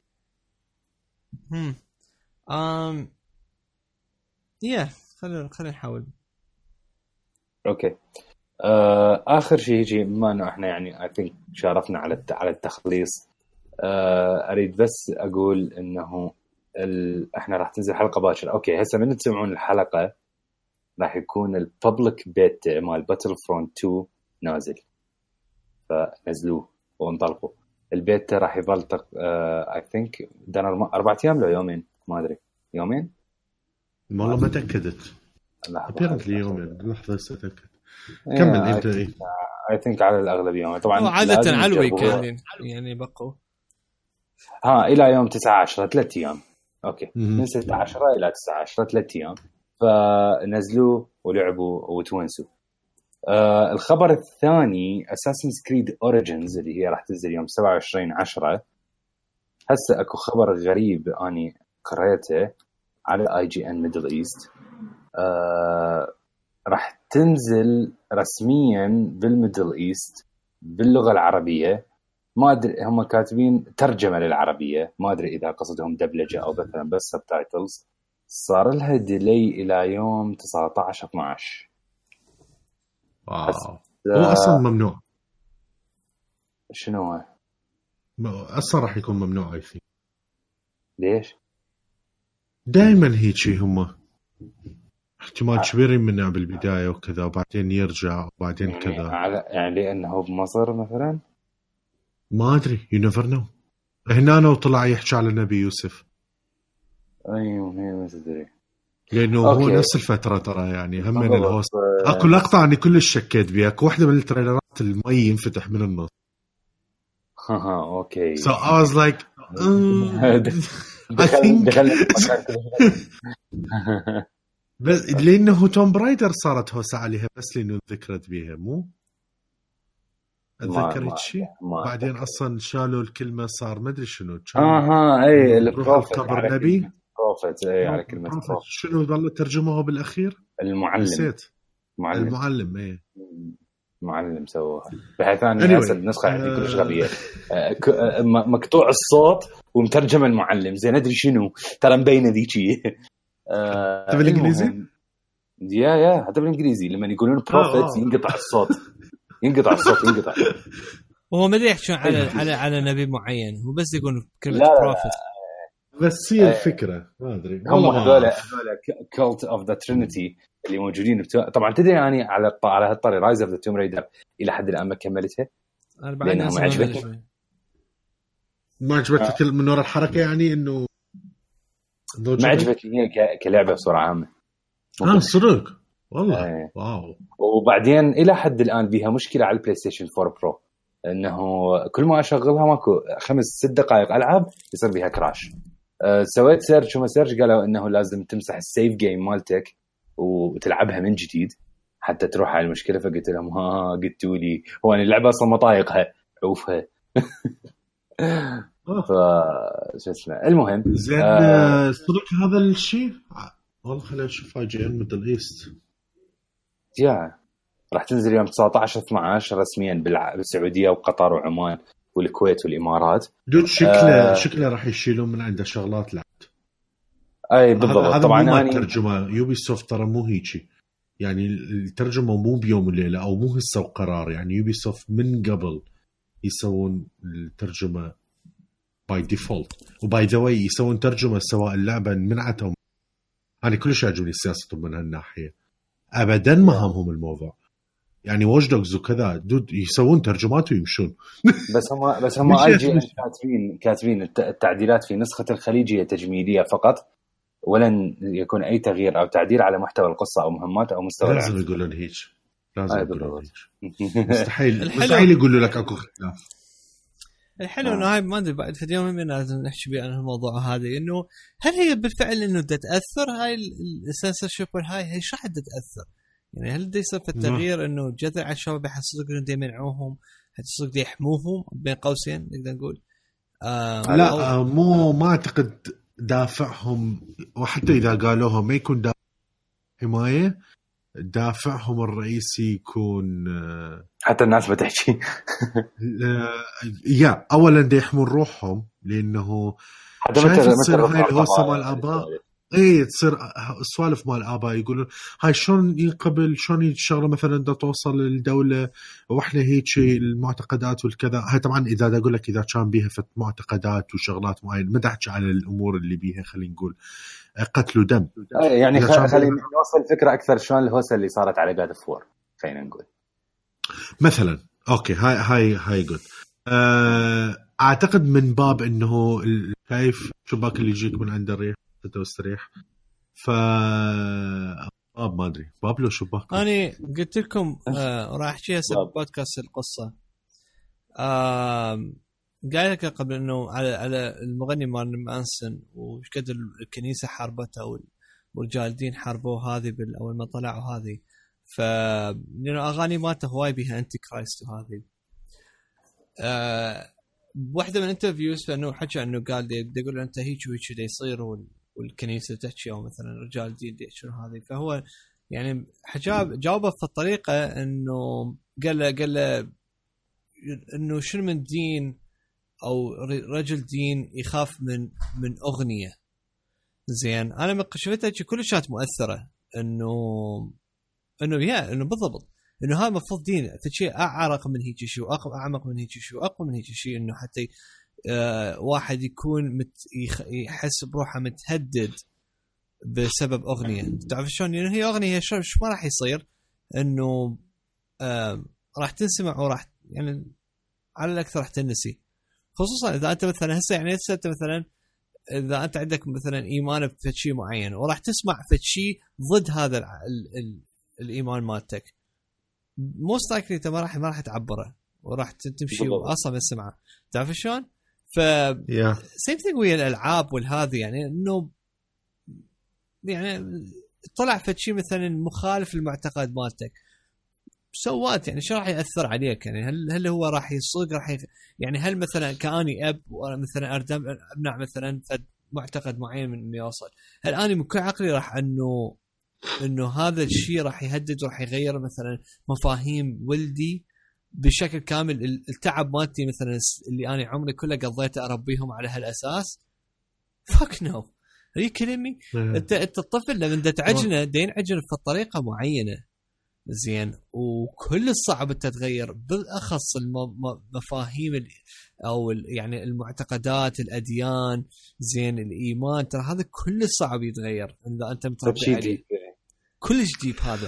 خلينا نحاول. اوكي. اخر شيء يجي بما انه احنا يعني I think شارفنا على التخليص، اريد بس اقول انه احنا راح تنزل حلقه باكر. اوكي هسه من تسمعون الحلقه راح يكون الببليك بيت مال باتل فرونت 2 نازل، فنزلوه وانطلقوا. البيت راح يظل I think 4 ايام لو يومين، ما ادري يومين والله ما تاكدت. ابيرنت لي يومين، لحظه اتاكد. كمل انت. I think على الاغلب يوم طبعا عاده على الويكند يعني بقوا الى يوم 19 3 ايام. اوكي من 16 الى 19 3 ايام، فنزلوه ولعبوا وتونسوا. الخبر الثاني Assassin's Creed Origins اللي هي راح تنزل يوم 27/10. هسه اكو خبر غريب اني قريته على IGN Middle East. راح تنزل رسميا بالميدل إيست باللغة العربية. ما أدري هم كاتبين ترجمة للعربية، ما أدري إذا قصدهم دبلجة أو مثلا بس سبتايتلز. صار لها ديلي إلى يوم 19/12. واو. هو أصلا ممنوع. شنو هو؟ أصلا راح يكون ممنوع أي شيء. ليش؟ دائما هيك هم احتمال كبير منه بالبداية وكذا وبعدين يرجع وبعدين كذا. يعني لأنه بمصر مثلا ما أدري you never know. هنا وطلع يحكي على النبي يوسف. أيوه ما تدري لأنه هو نفس الفترة ترى يعني هم من الهوست. أكو لقطة أني كلش شكيت بيها، واحدة من التريلرات المي ينفتح من النص. أوكي. So I was like I think بس لأنه توم برايدر صارت هوسة عليها بس لأنه ذكرت بيها مو أتذكر شيء. بعدين أصلا شالوا الكلمة صار ما أدري شنو. أي البروفيت قبر النبي بروفيت على كلمة بروفيت. شنو ظل ترجموها بالأخير؟ المعلم. المعلم إيه معلم سووها بحيث أن أسد نسخة عندي كلش غبية. مقطوع الصوت ومترجم المعلم زين أدري شنو ترى مبينة ذيكي. هذا بالإنجليزي؟ هذا بالإنجليزي لما يقولون بروفيت ينقطع الصوت ينقطع. هو ما يحكون على نبي معين، هو بس يقولون كلمة بروفيت. بس هي الفكرة ما أدري. هم هذول cult of the Trinity اللي موجودين طبعا تدري يعني على هالطريقه رايز اوف ذا توم رايدر الى حد الان ما كملتها لانها ما عجبتني. ما عجبتك من وراء الحركه يعني انه ما عجبتني هي كلعبه بصوره عامه. صدق والله واو. وبعدين الى حد الان بيها مشكله على البلاي ستيشن 4 برو انه كل ما اشغلها ماكو 5-6 دقائق العب يصير بيها كراش. سويت سيرش وما سيرش قالوا انه لازم تمسح السيف جيم مالتك وتلعبها من جديد حتى تروح على المشكله. فقلت لهم قلتوا لي هو انا اللعبه اصلا ما طايقها عوفها. شو اسمه المهم زين صدق هذا الشيء والله. خلينا نشوف IGN ميدل ايست راح تنزل يوم 19/12 رسميا بالسعوديه وقطر وعمان والكويت والامارات. دود شكله راح يشيلون من عنده شغلات لعبت. اي بالضبط. طبعا انا ترجمه يوبي سوفت ترى مو هيجي يعني الترجمه مو بيوم وليله او مو هسه وقرار يعني يوبي سوفت من قبل يسوون الترجمه باي ديفولت. وباي ذا واي يسوون ترجمه سواء اللعبه منعتهم. انا كلش يعجبني سياستهم من هالناحيه ابدا ما همهم الموضوع يعني ووش دوجز وكذا دود يسوون ترجمات ويمشون. بس هم IGN كاتبين التعديلات في نسخه الخليجيه تجميليه فقط ولن يكون اي تغيير او تعديل على محتوى القصه او مهمات او مستوى. لازم يقولون هيك لازم يقولون هيك. مستحيل يقولوا لك اكو خلاف. الحلو انه هاي ما ادري بعد في يوم من لازم نحكي بيه عن الموضوع هذا انه هل هي بالفعل انه تاثر هاي السنسورشيب هاي شو راح تاثر يعني هل ده يصير في التغيير انه جذع على الشباب يحصلوا انه دي يمنعوهم حتصير دي يحموهم بين قوسين نقدر نقول لا مو ما اعتقد دافعهم. وحتى اذا قالوها ما يكون دافع حمايه دافعهم الرئيسي يكون حتى الناس بتحكي اولا دي يحمون روحهم لانه تصير هاي الهوسه مال الاباء تصير السوالف مال الاباء يقولون هاي شلون ينقبل شلون الشغله مثلا دا توصل للدوله واحنا هيك المعتقدات والكذا. هاي طبعا اذا اقول لك اذا كان بيها فت معتقدات وشغلات معينه ما دحكي على الامور اللي بيها خلينا نقول قتل ودم يعني خلينا نوصل فكره اكثر شلون الهوسه اللي صارت على جاد اوف وور خلينا نقول مثلا. اوكي هاي جود. اعتقد من باب انه شايف شباك اللي يجيك من عند الريح تستريح باب ما ادري باب لو شباك. انا قلت لكم راح احكي هسه بودكاست القصه. قايل لك قبل انه على المغني مارلين مانسون وش قد الكنيسه حاربته ورجال الدين حاربوه هذه بالاول ما طلعوا هذه لانه اغاني مالته هواي بها انتي كرايست وهذه. واحده من الانترفيوز فانه حكى انه قال دي يقول انت هيك وهيك دي يصير والكنيسه تحكي او مثلا رجال الدين دي شنو هذه. فهو يعني جاوبه في الطريقه انه قال له انه شنو من دين او رجل دين يخاف من اغنيه. زين انا من شفتها كل شات مؤثره انه بالضبط انه هذا المفروض دين في شيء اعرق من هيك شيء واعمق من هيك شيء واقوى من هيك شيء انه حتى واحد يكون يحس بروحه متهدد بسبب اغنيه. تعرف شلون يعني هي اغنيه شو ما راح يصير انه راح تنسمع وراح يعني على الاكثر راح تنسي خصوصا اذا انت مثلا هسه يعني انت مثلا اذا انت عندك مثلا ايمان في شيء معين وراح تسمع في شيء ضد هذا الايمان مالتك موست لايكلي انت ما راح تعبره وراح تمشي اصلا بالسمعه. تعرف شلون؟ ف سيم ثينج ويا الالعاب والهذه يعني انه يعني طلع في شيء مثلا مخالف للمعتقد مالتك سوات يعني شو راح ياثر عليك يعني هل هو راح يصير يعني هل مثلا كاني اب مثلا امنع مثلا معتقد معين من انه يوصل هل اني من كل عقلي راح انه هذا الشيء راح يهدد وراح يغير مثلا مفاهيم ولدي بشكل كامل. التعب مالتي مثلا اللي انا عمري كله قضيته اربيهم على هالاساس فك نو هي كلمي انت الطفل لما تعجنه دين عجن في طريقه معينه زين وكل الصعب انت تغير بالاخص المفاهيم او يعني المعتقدات الاديان زين الايمان ترى هذا كل الصعب يتغير اذا انت متربي عليه. كل جديد هذا.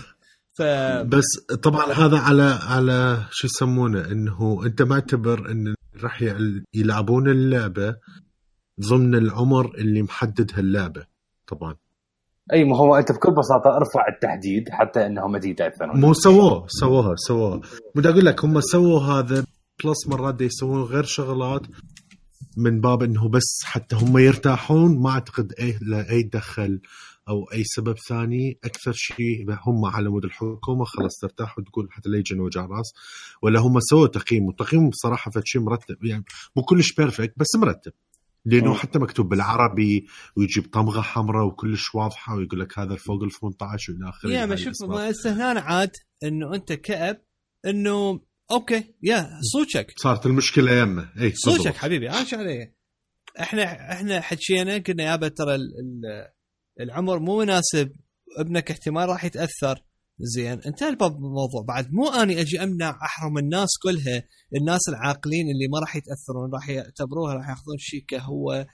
بس طبعا هذا على شو يسمونه، انه انت معتبر ان راح يلعبون اللعبه ضمن العمر اللي محدد هاللعبه طبعا. اي ما هو انت بكل بساطه ارفع التحديد حتى انه ما يتاثرون. مو سووها بدي اقول لك هم سووا هذا بلس مرات دي يسوون غير شغلات من باب انه بس حتى هم يرتاحون. ما اعتقد اي دخل او اي سبب ثاني. اكثر شيء هم على مود الحكومه خلاص ترتاح وتقول حتى لا يجن وجع راس، ولا هم سووا تقييم، وتقييم بصراحه فشي مرتب، يعني مو كلش بيرفكت بس مرتب، لانه حتى مكتوب بالعربي ويجيب طمغه حمراء وكلش واضحه ويقول لك هذا فوق ال 18 والى اخره. يا ما شوف ما استهنان عاد انه انت كأب انه اوكي يا صوتك صارت المشكله يمه. اي صوتك حبيبي عاش عليه. احنا حكينا قلنا يابا ترى العمر مو مناسب، ابنك احتمال راح يتاثر. زين انتهى الموضوع. بعد مو اني اجي امنع احرم الناس كلها، الناس العاقلين اللي ما راح يتاثرون راح يعتبروها راح ياخذون شيء كهو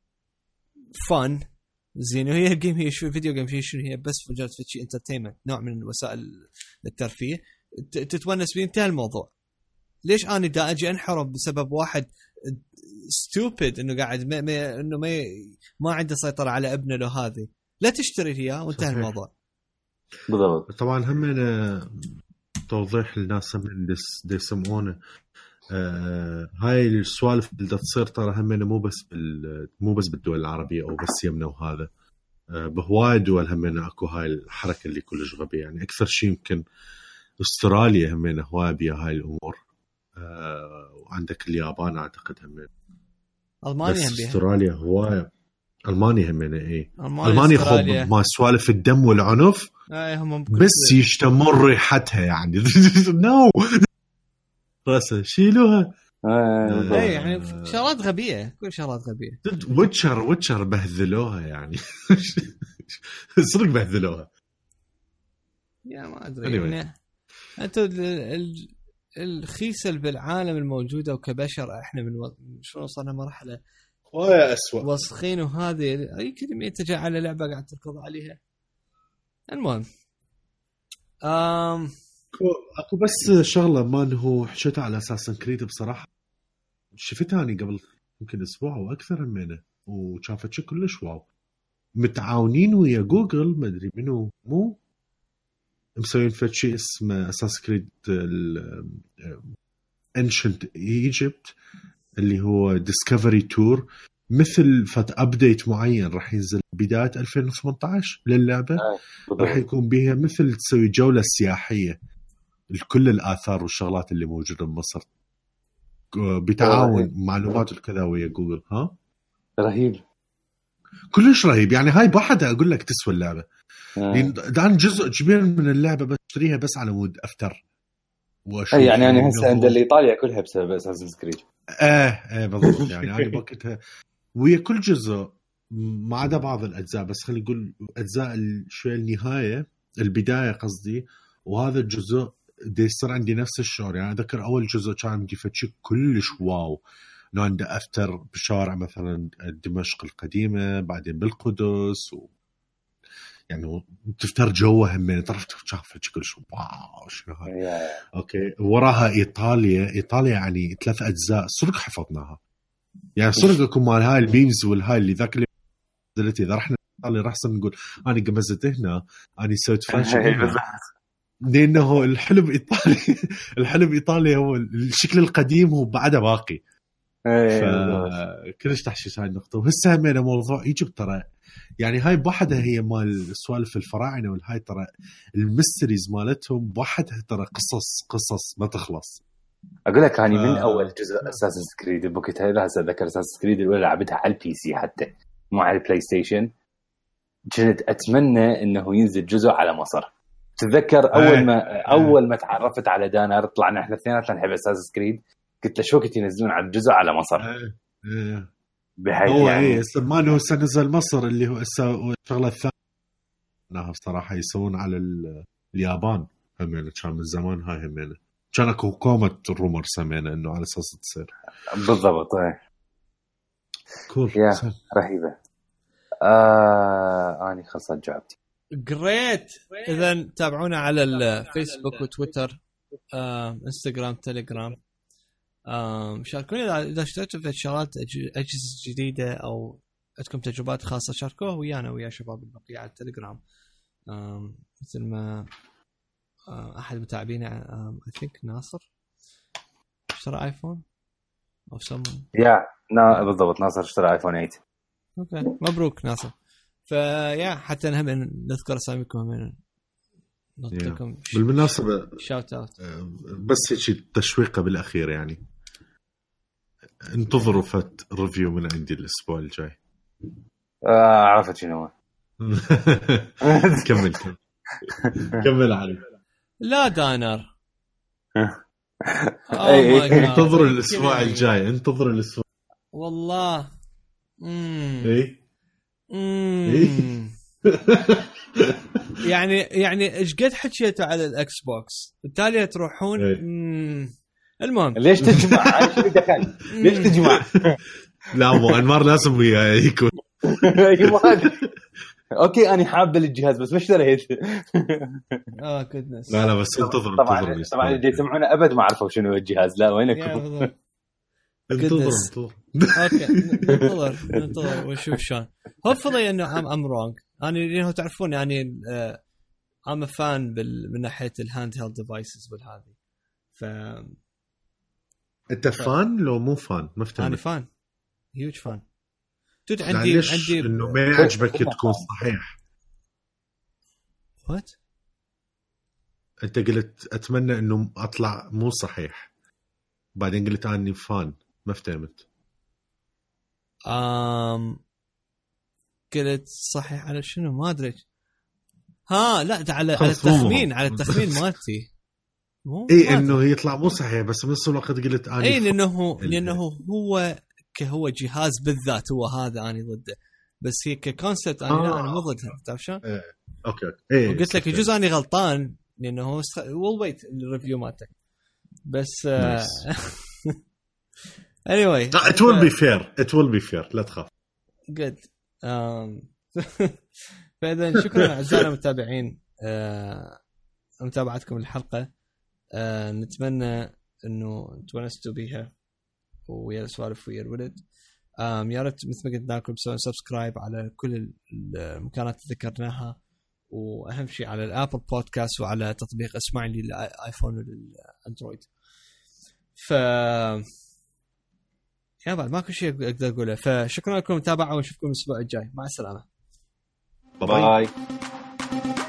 فن. زين وهي جيم، هي شو فيديو جيم، هي بس مجرد شيء انترتينمنت، نوع من وسائل الترفيه تتونس بيه. انتهى الموضوع. ليش انا دا اجي انحرم بسبب واحد ستوبيد انه قاعد انه ما عنده سيطره على ابنه له هذه؟ لا تشتري اياه وانتهى الموضوع. بالضبط. طبعا هم توضيح للناس هم دي يسمعونه هاي السوالف اللي تصير ترى هم مو بس بالدول العربيه او بس يمنا، وهذا بهواي دول هم اكو هاي الحركه اللي كلش غبيه. يعني اكثر شيء يمكن استراليا هم هواي بيها هاي الامور، وعندك اليابان اعتقد هم. المانيا هم بيها. استراليا هواي. المانيا هم ايه. المانيا خب ما سوالف الدم والعنف بس يشتمون ريحتها يعني. نو راسه شيلوها. اي يعني شغلات غبيه، كل شغلات غبيه. ويتشر بهذلوها يعني. صدق بهذلوها. يا ما ادري يعني انتوا الخيسل بالعالم الموجوده وكبشر احنا من شلون وصلنا مرحله ويا اسوء وسخين، وهذه اي كلمه تجي على لعبه قاعد تركض عليها. المهم اكو بس شغله ما انه حكيتها على اساسن كريد بصراحه، شفتها اني قبل يمكن اسبوع او اكثر منه، وشافت شيء كلش واو. متعاونين ويا جوجل ما ادري منو مو مسوين شيء اسمه اساس كريد انشنت ايجيبت اللي هو ديسكفري تور، مثل فت ابديت معين راح ينزل بدايه 2018 للعبه. راح يكون بها مثل تسوي جوله سياحيه لكل الاثار والشغلات اللي موجوده بمصر بتعاون معلومات الكذا ويا جوجل. ها رهيب كلش رهيب يعني. هاي بواحدة اقول لك تسوى اللعبه. لان جزء كبير من اللعبه بشتريها بس على مود افتر واشوف. يعني انا هسه عند ايطاليا كلها بسبب اساس كريد. بالضبط. يعني انا بوقتها ويا كل جزء ما عدا بعض الاجزاء، بس خلينا نقول اجزاء شويه النهايه البدايه قصدي، وهذا الجزء دي يصير عندي نفس الشعور. يعني اذكر اول جزء كان عندي فشي كلش واو، انه عنده افتر بشارع مثلا دمشق القديمه، بعدين بالقدس يعني تفتر جوه هم طرفت شافت كلش واو شنو هاي. اوكي وراها ايطاليا يعني 3 اجزاء صدق حفظناها يعني. صدق اكو مال هاي البيمز والهاي اللي ذاك اللي نزلت اذا رحنا ايطاليا راح نقول انا قمزت هنا انا سويت فاشل لانه الحلم ايطالي. الحلم ايطاليا هو الشكل القديم هو بعده باقي. فكلش تحشيش هاي النقطه. وهسه همينه موضوع يجب ترى يعني هاي بوحدها هي مال سوالف الفراعنه والهاي ترى الميستريز مالتهم بوحدها ترى قصص ما تخلص. اقول لك اني من اول جزء اساسن كريد بوقتها هذا هسه ذكر اساسن كريد الاولى لعبتها على البي سي حتى مو على البلاي ستيشن. كنت اتمنى انه ينزل جزء على مصر. تتذكر اول ما تعرفت على دانر طلعنا احنا اثنيناتنا نحب اساسن كريد، قلت له شو كنت ينزلون على الجزء على مصر. بحيث هو يعني سمانه سنزل مصر اللي هو الشغله الثانيه بصراحه يسوون على اليابان همين. كان من زمان هاي همين كان اكو كومة الرومر سمينا انه على اساس تصير بالضبط. كول رهيبه. اني خلصت جعبتي. جريت. اذا تابعونا على الفيسبوك وتويتر، انستغرام، تليجرام. شاركونا اذا اشتريتوا في شغلات اجهزه جديده او عندكم تجربات خاصه، شاركوها ويانا ويا شباب البقيه على التليجرام. مثل ما احد متابعينا اي ثينك ناصر اشترى ايفون او سمون بالضبط، ناصر اشترى ايفون 8. اوكي مبروك ناصر. فيا حتى نهم نذكر اساميكم من نعطيكم بالمناسبه شاوت اوت. بس هيك تشويقه بالاخير يعني، انتظروا فت ريفيو من عندي الاسبوع الجاي. عرفت شنو هو. كمل علي. لا دانر. انتظروا الاسبوع الجاي، انتظروا الاسبوع والله. ايه يعني ايش قد حكيتوا على الاكس بوكس، بالتالي تروحون. المهم ليش تجمع؟ ليش تجمع؟ لا مو انمار لازم يكون اوكي انا حابه الجهاز بس ما اشتريت. جودنس. لا بس انتظر طبعا اللي يسمعونا ابد ما عرفوا شنو الجهاز. لا وينكم؟ انتظر اوكي ننتظر ونشوف شلون. hopefully انه I'm wrong. انا تعرفون يعني I'm a fan من ناحيه الهاند هيلد ديفايسز بالهذه. ف انت فان لو مو فان؟ ما فهمت. انا فان هيوج فان. عندي انه ما يعجبك تكون صحيح. وات انت قلت اتمنى انه اطلع مو صحيح، بعدين قلت اني فان. ما فهمت. قلت صحيح على شنو؟ ما ادري. لا على التخمين، على التخمين مالتي. اي انه يطلع مو صحيح، بس بنفس الوقت قلت اني اي لانه هو جهاز بالذات هو هذا انا ضده، بس هي ككونسبت انا مو ضدها. تعرف شلون؟ اوكي. وقلت لك يجوز اني غلطان لانه ويت الريفيو مالتك بس anyway it will be fair لا تخاف. good. فإذا شكرا أعزائنا المتابعين متابعتكم الحلقة. نتمنى إنه تونستوا بيها ويا السوالف ويا الولد. يا ريت مثل ما قلت لكم تسوون سبسكرايب على كل المكانات اللي ذكرناها، وأهم شيء على الأبل بودكاست وعلى تطبيق اسمع لي للآيفون وللأندرويد. يا بعد ماكو شيء أقدر أقوله. فشكرا لكم متابعة ونشوفكم الأسبوع الجاي. مع السلامة. باي.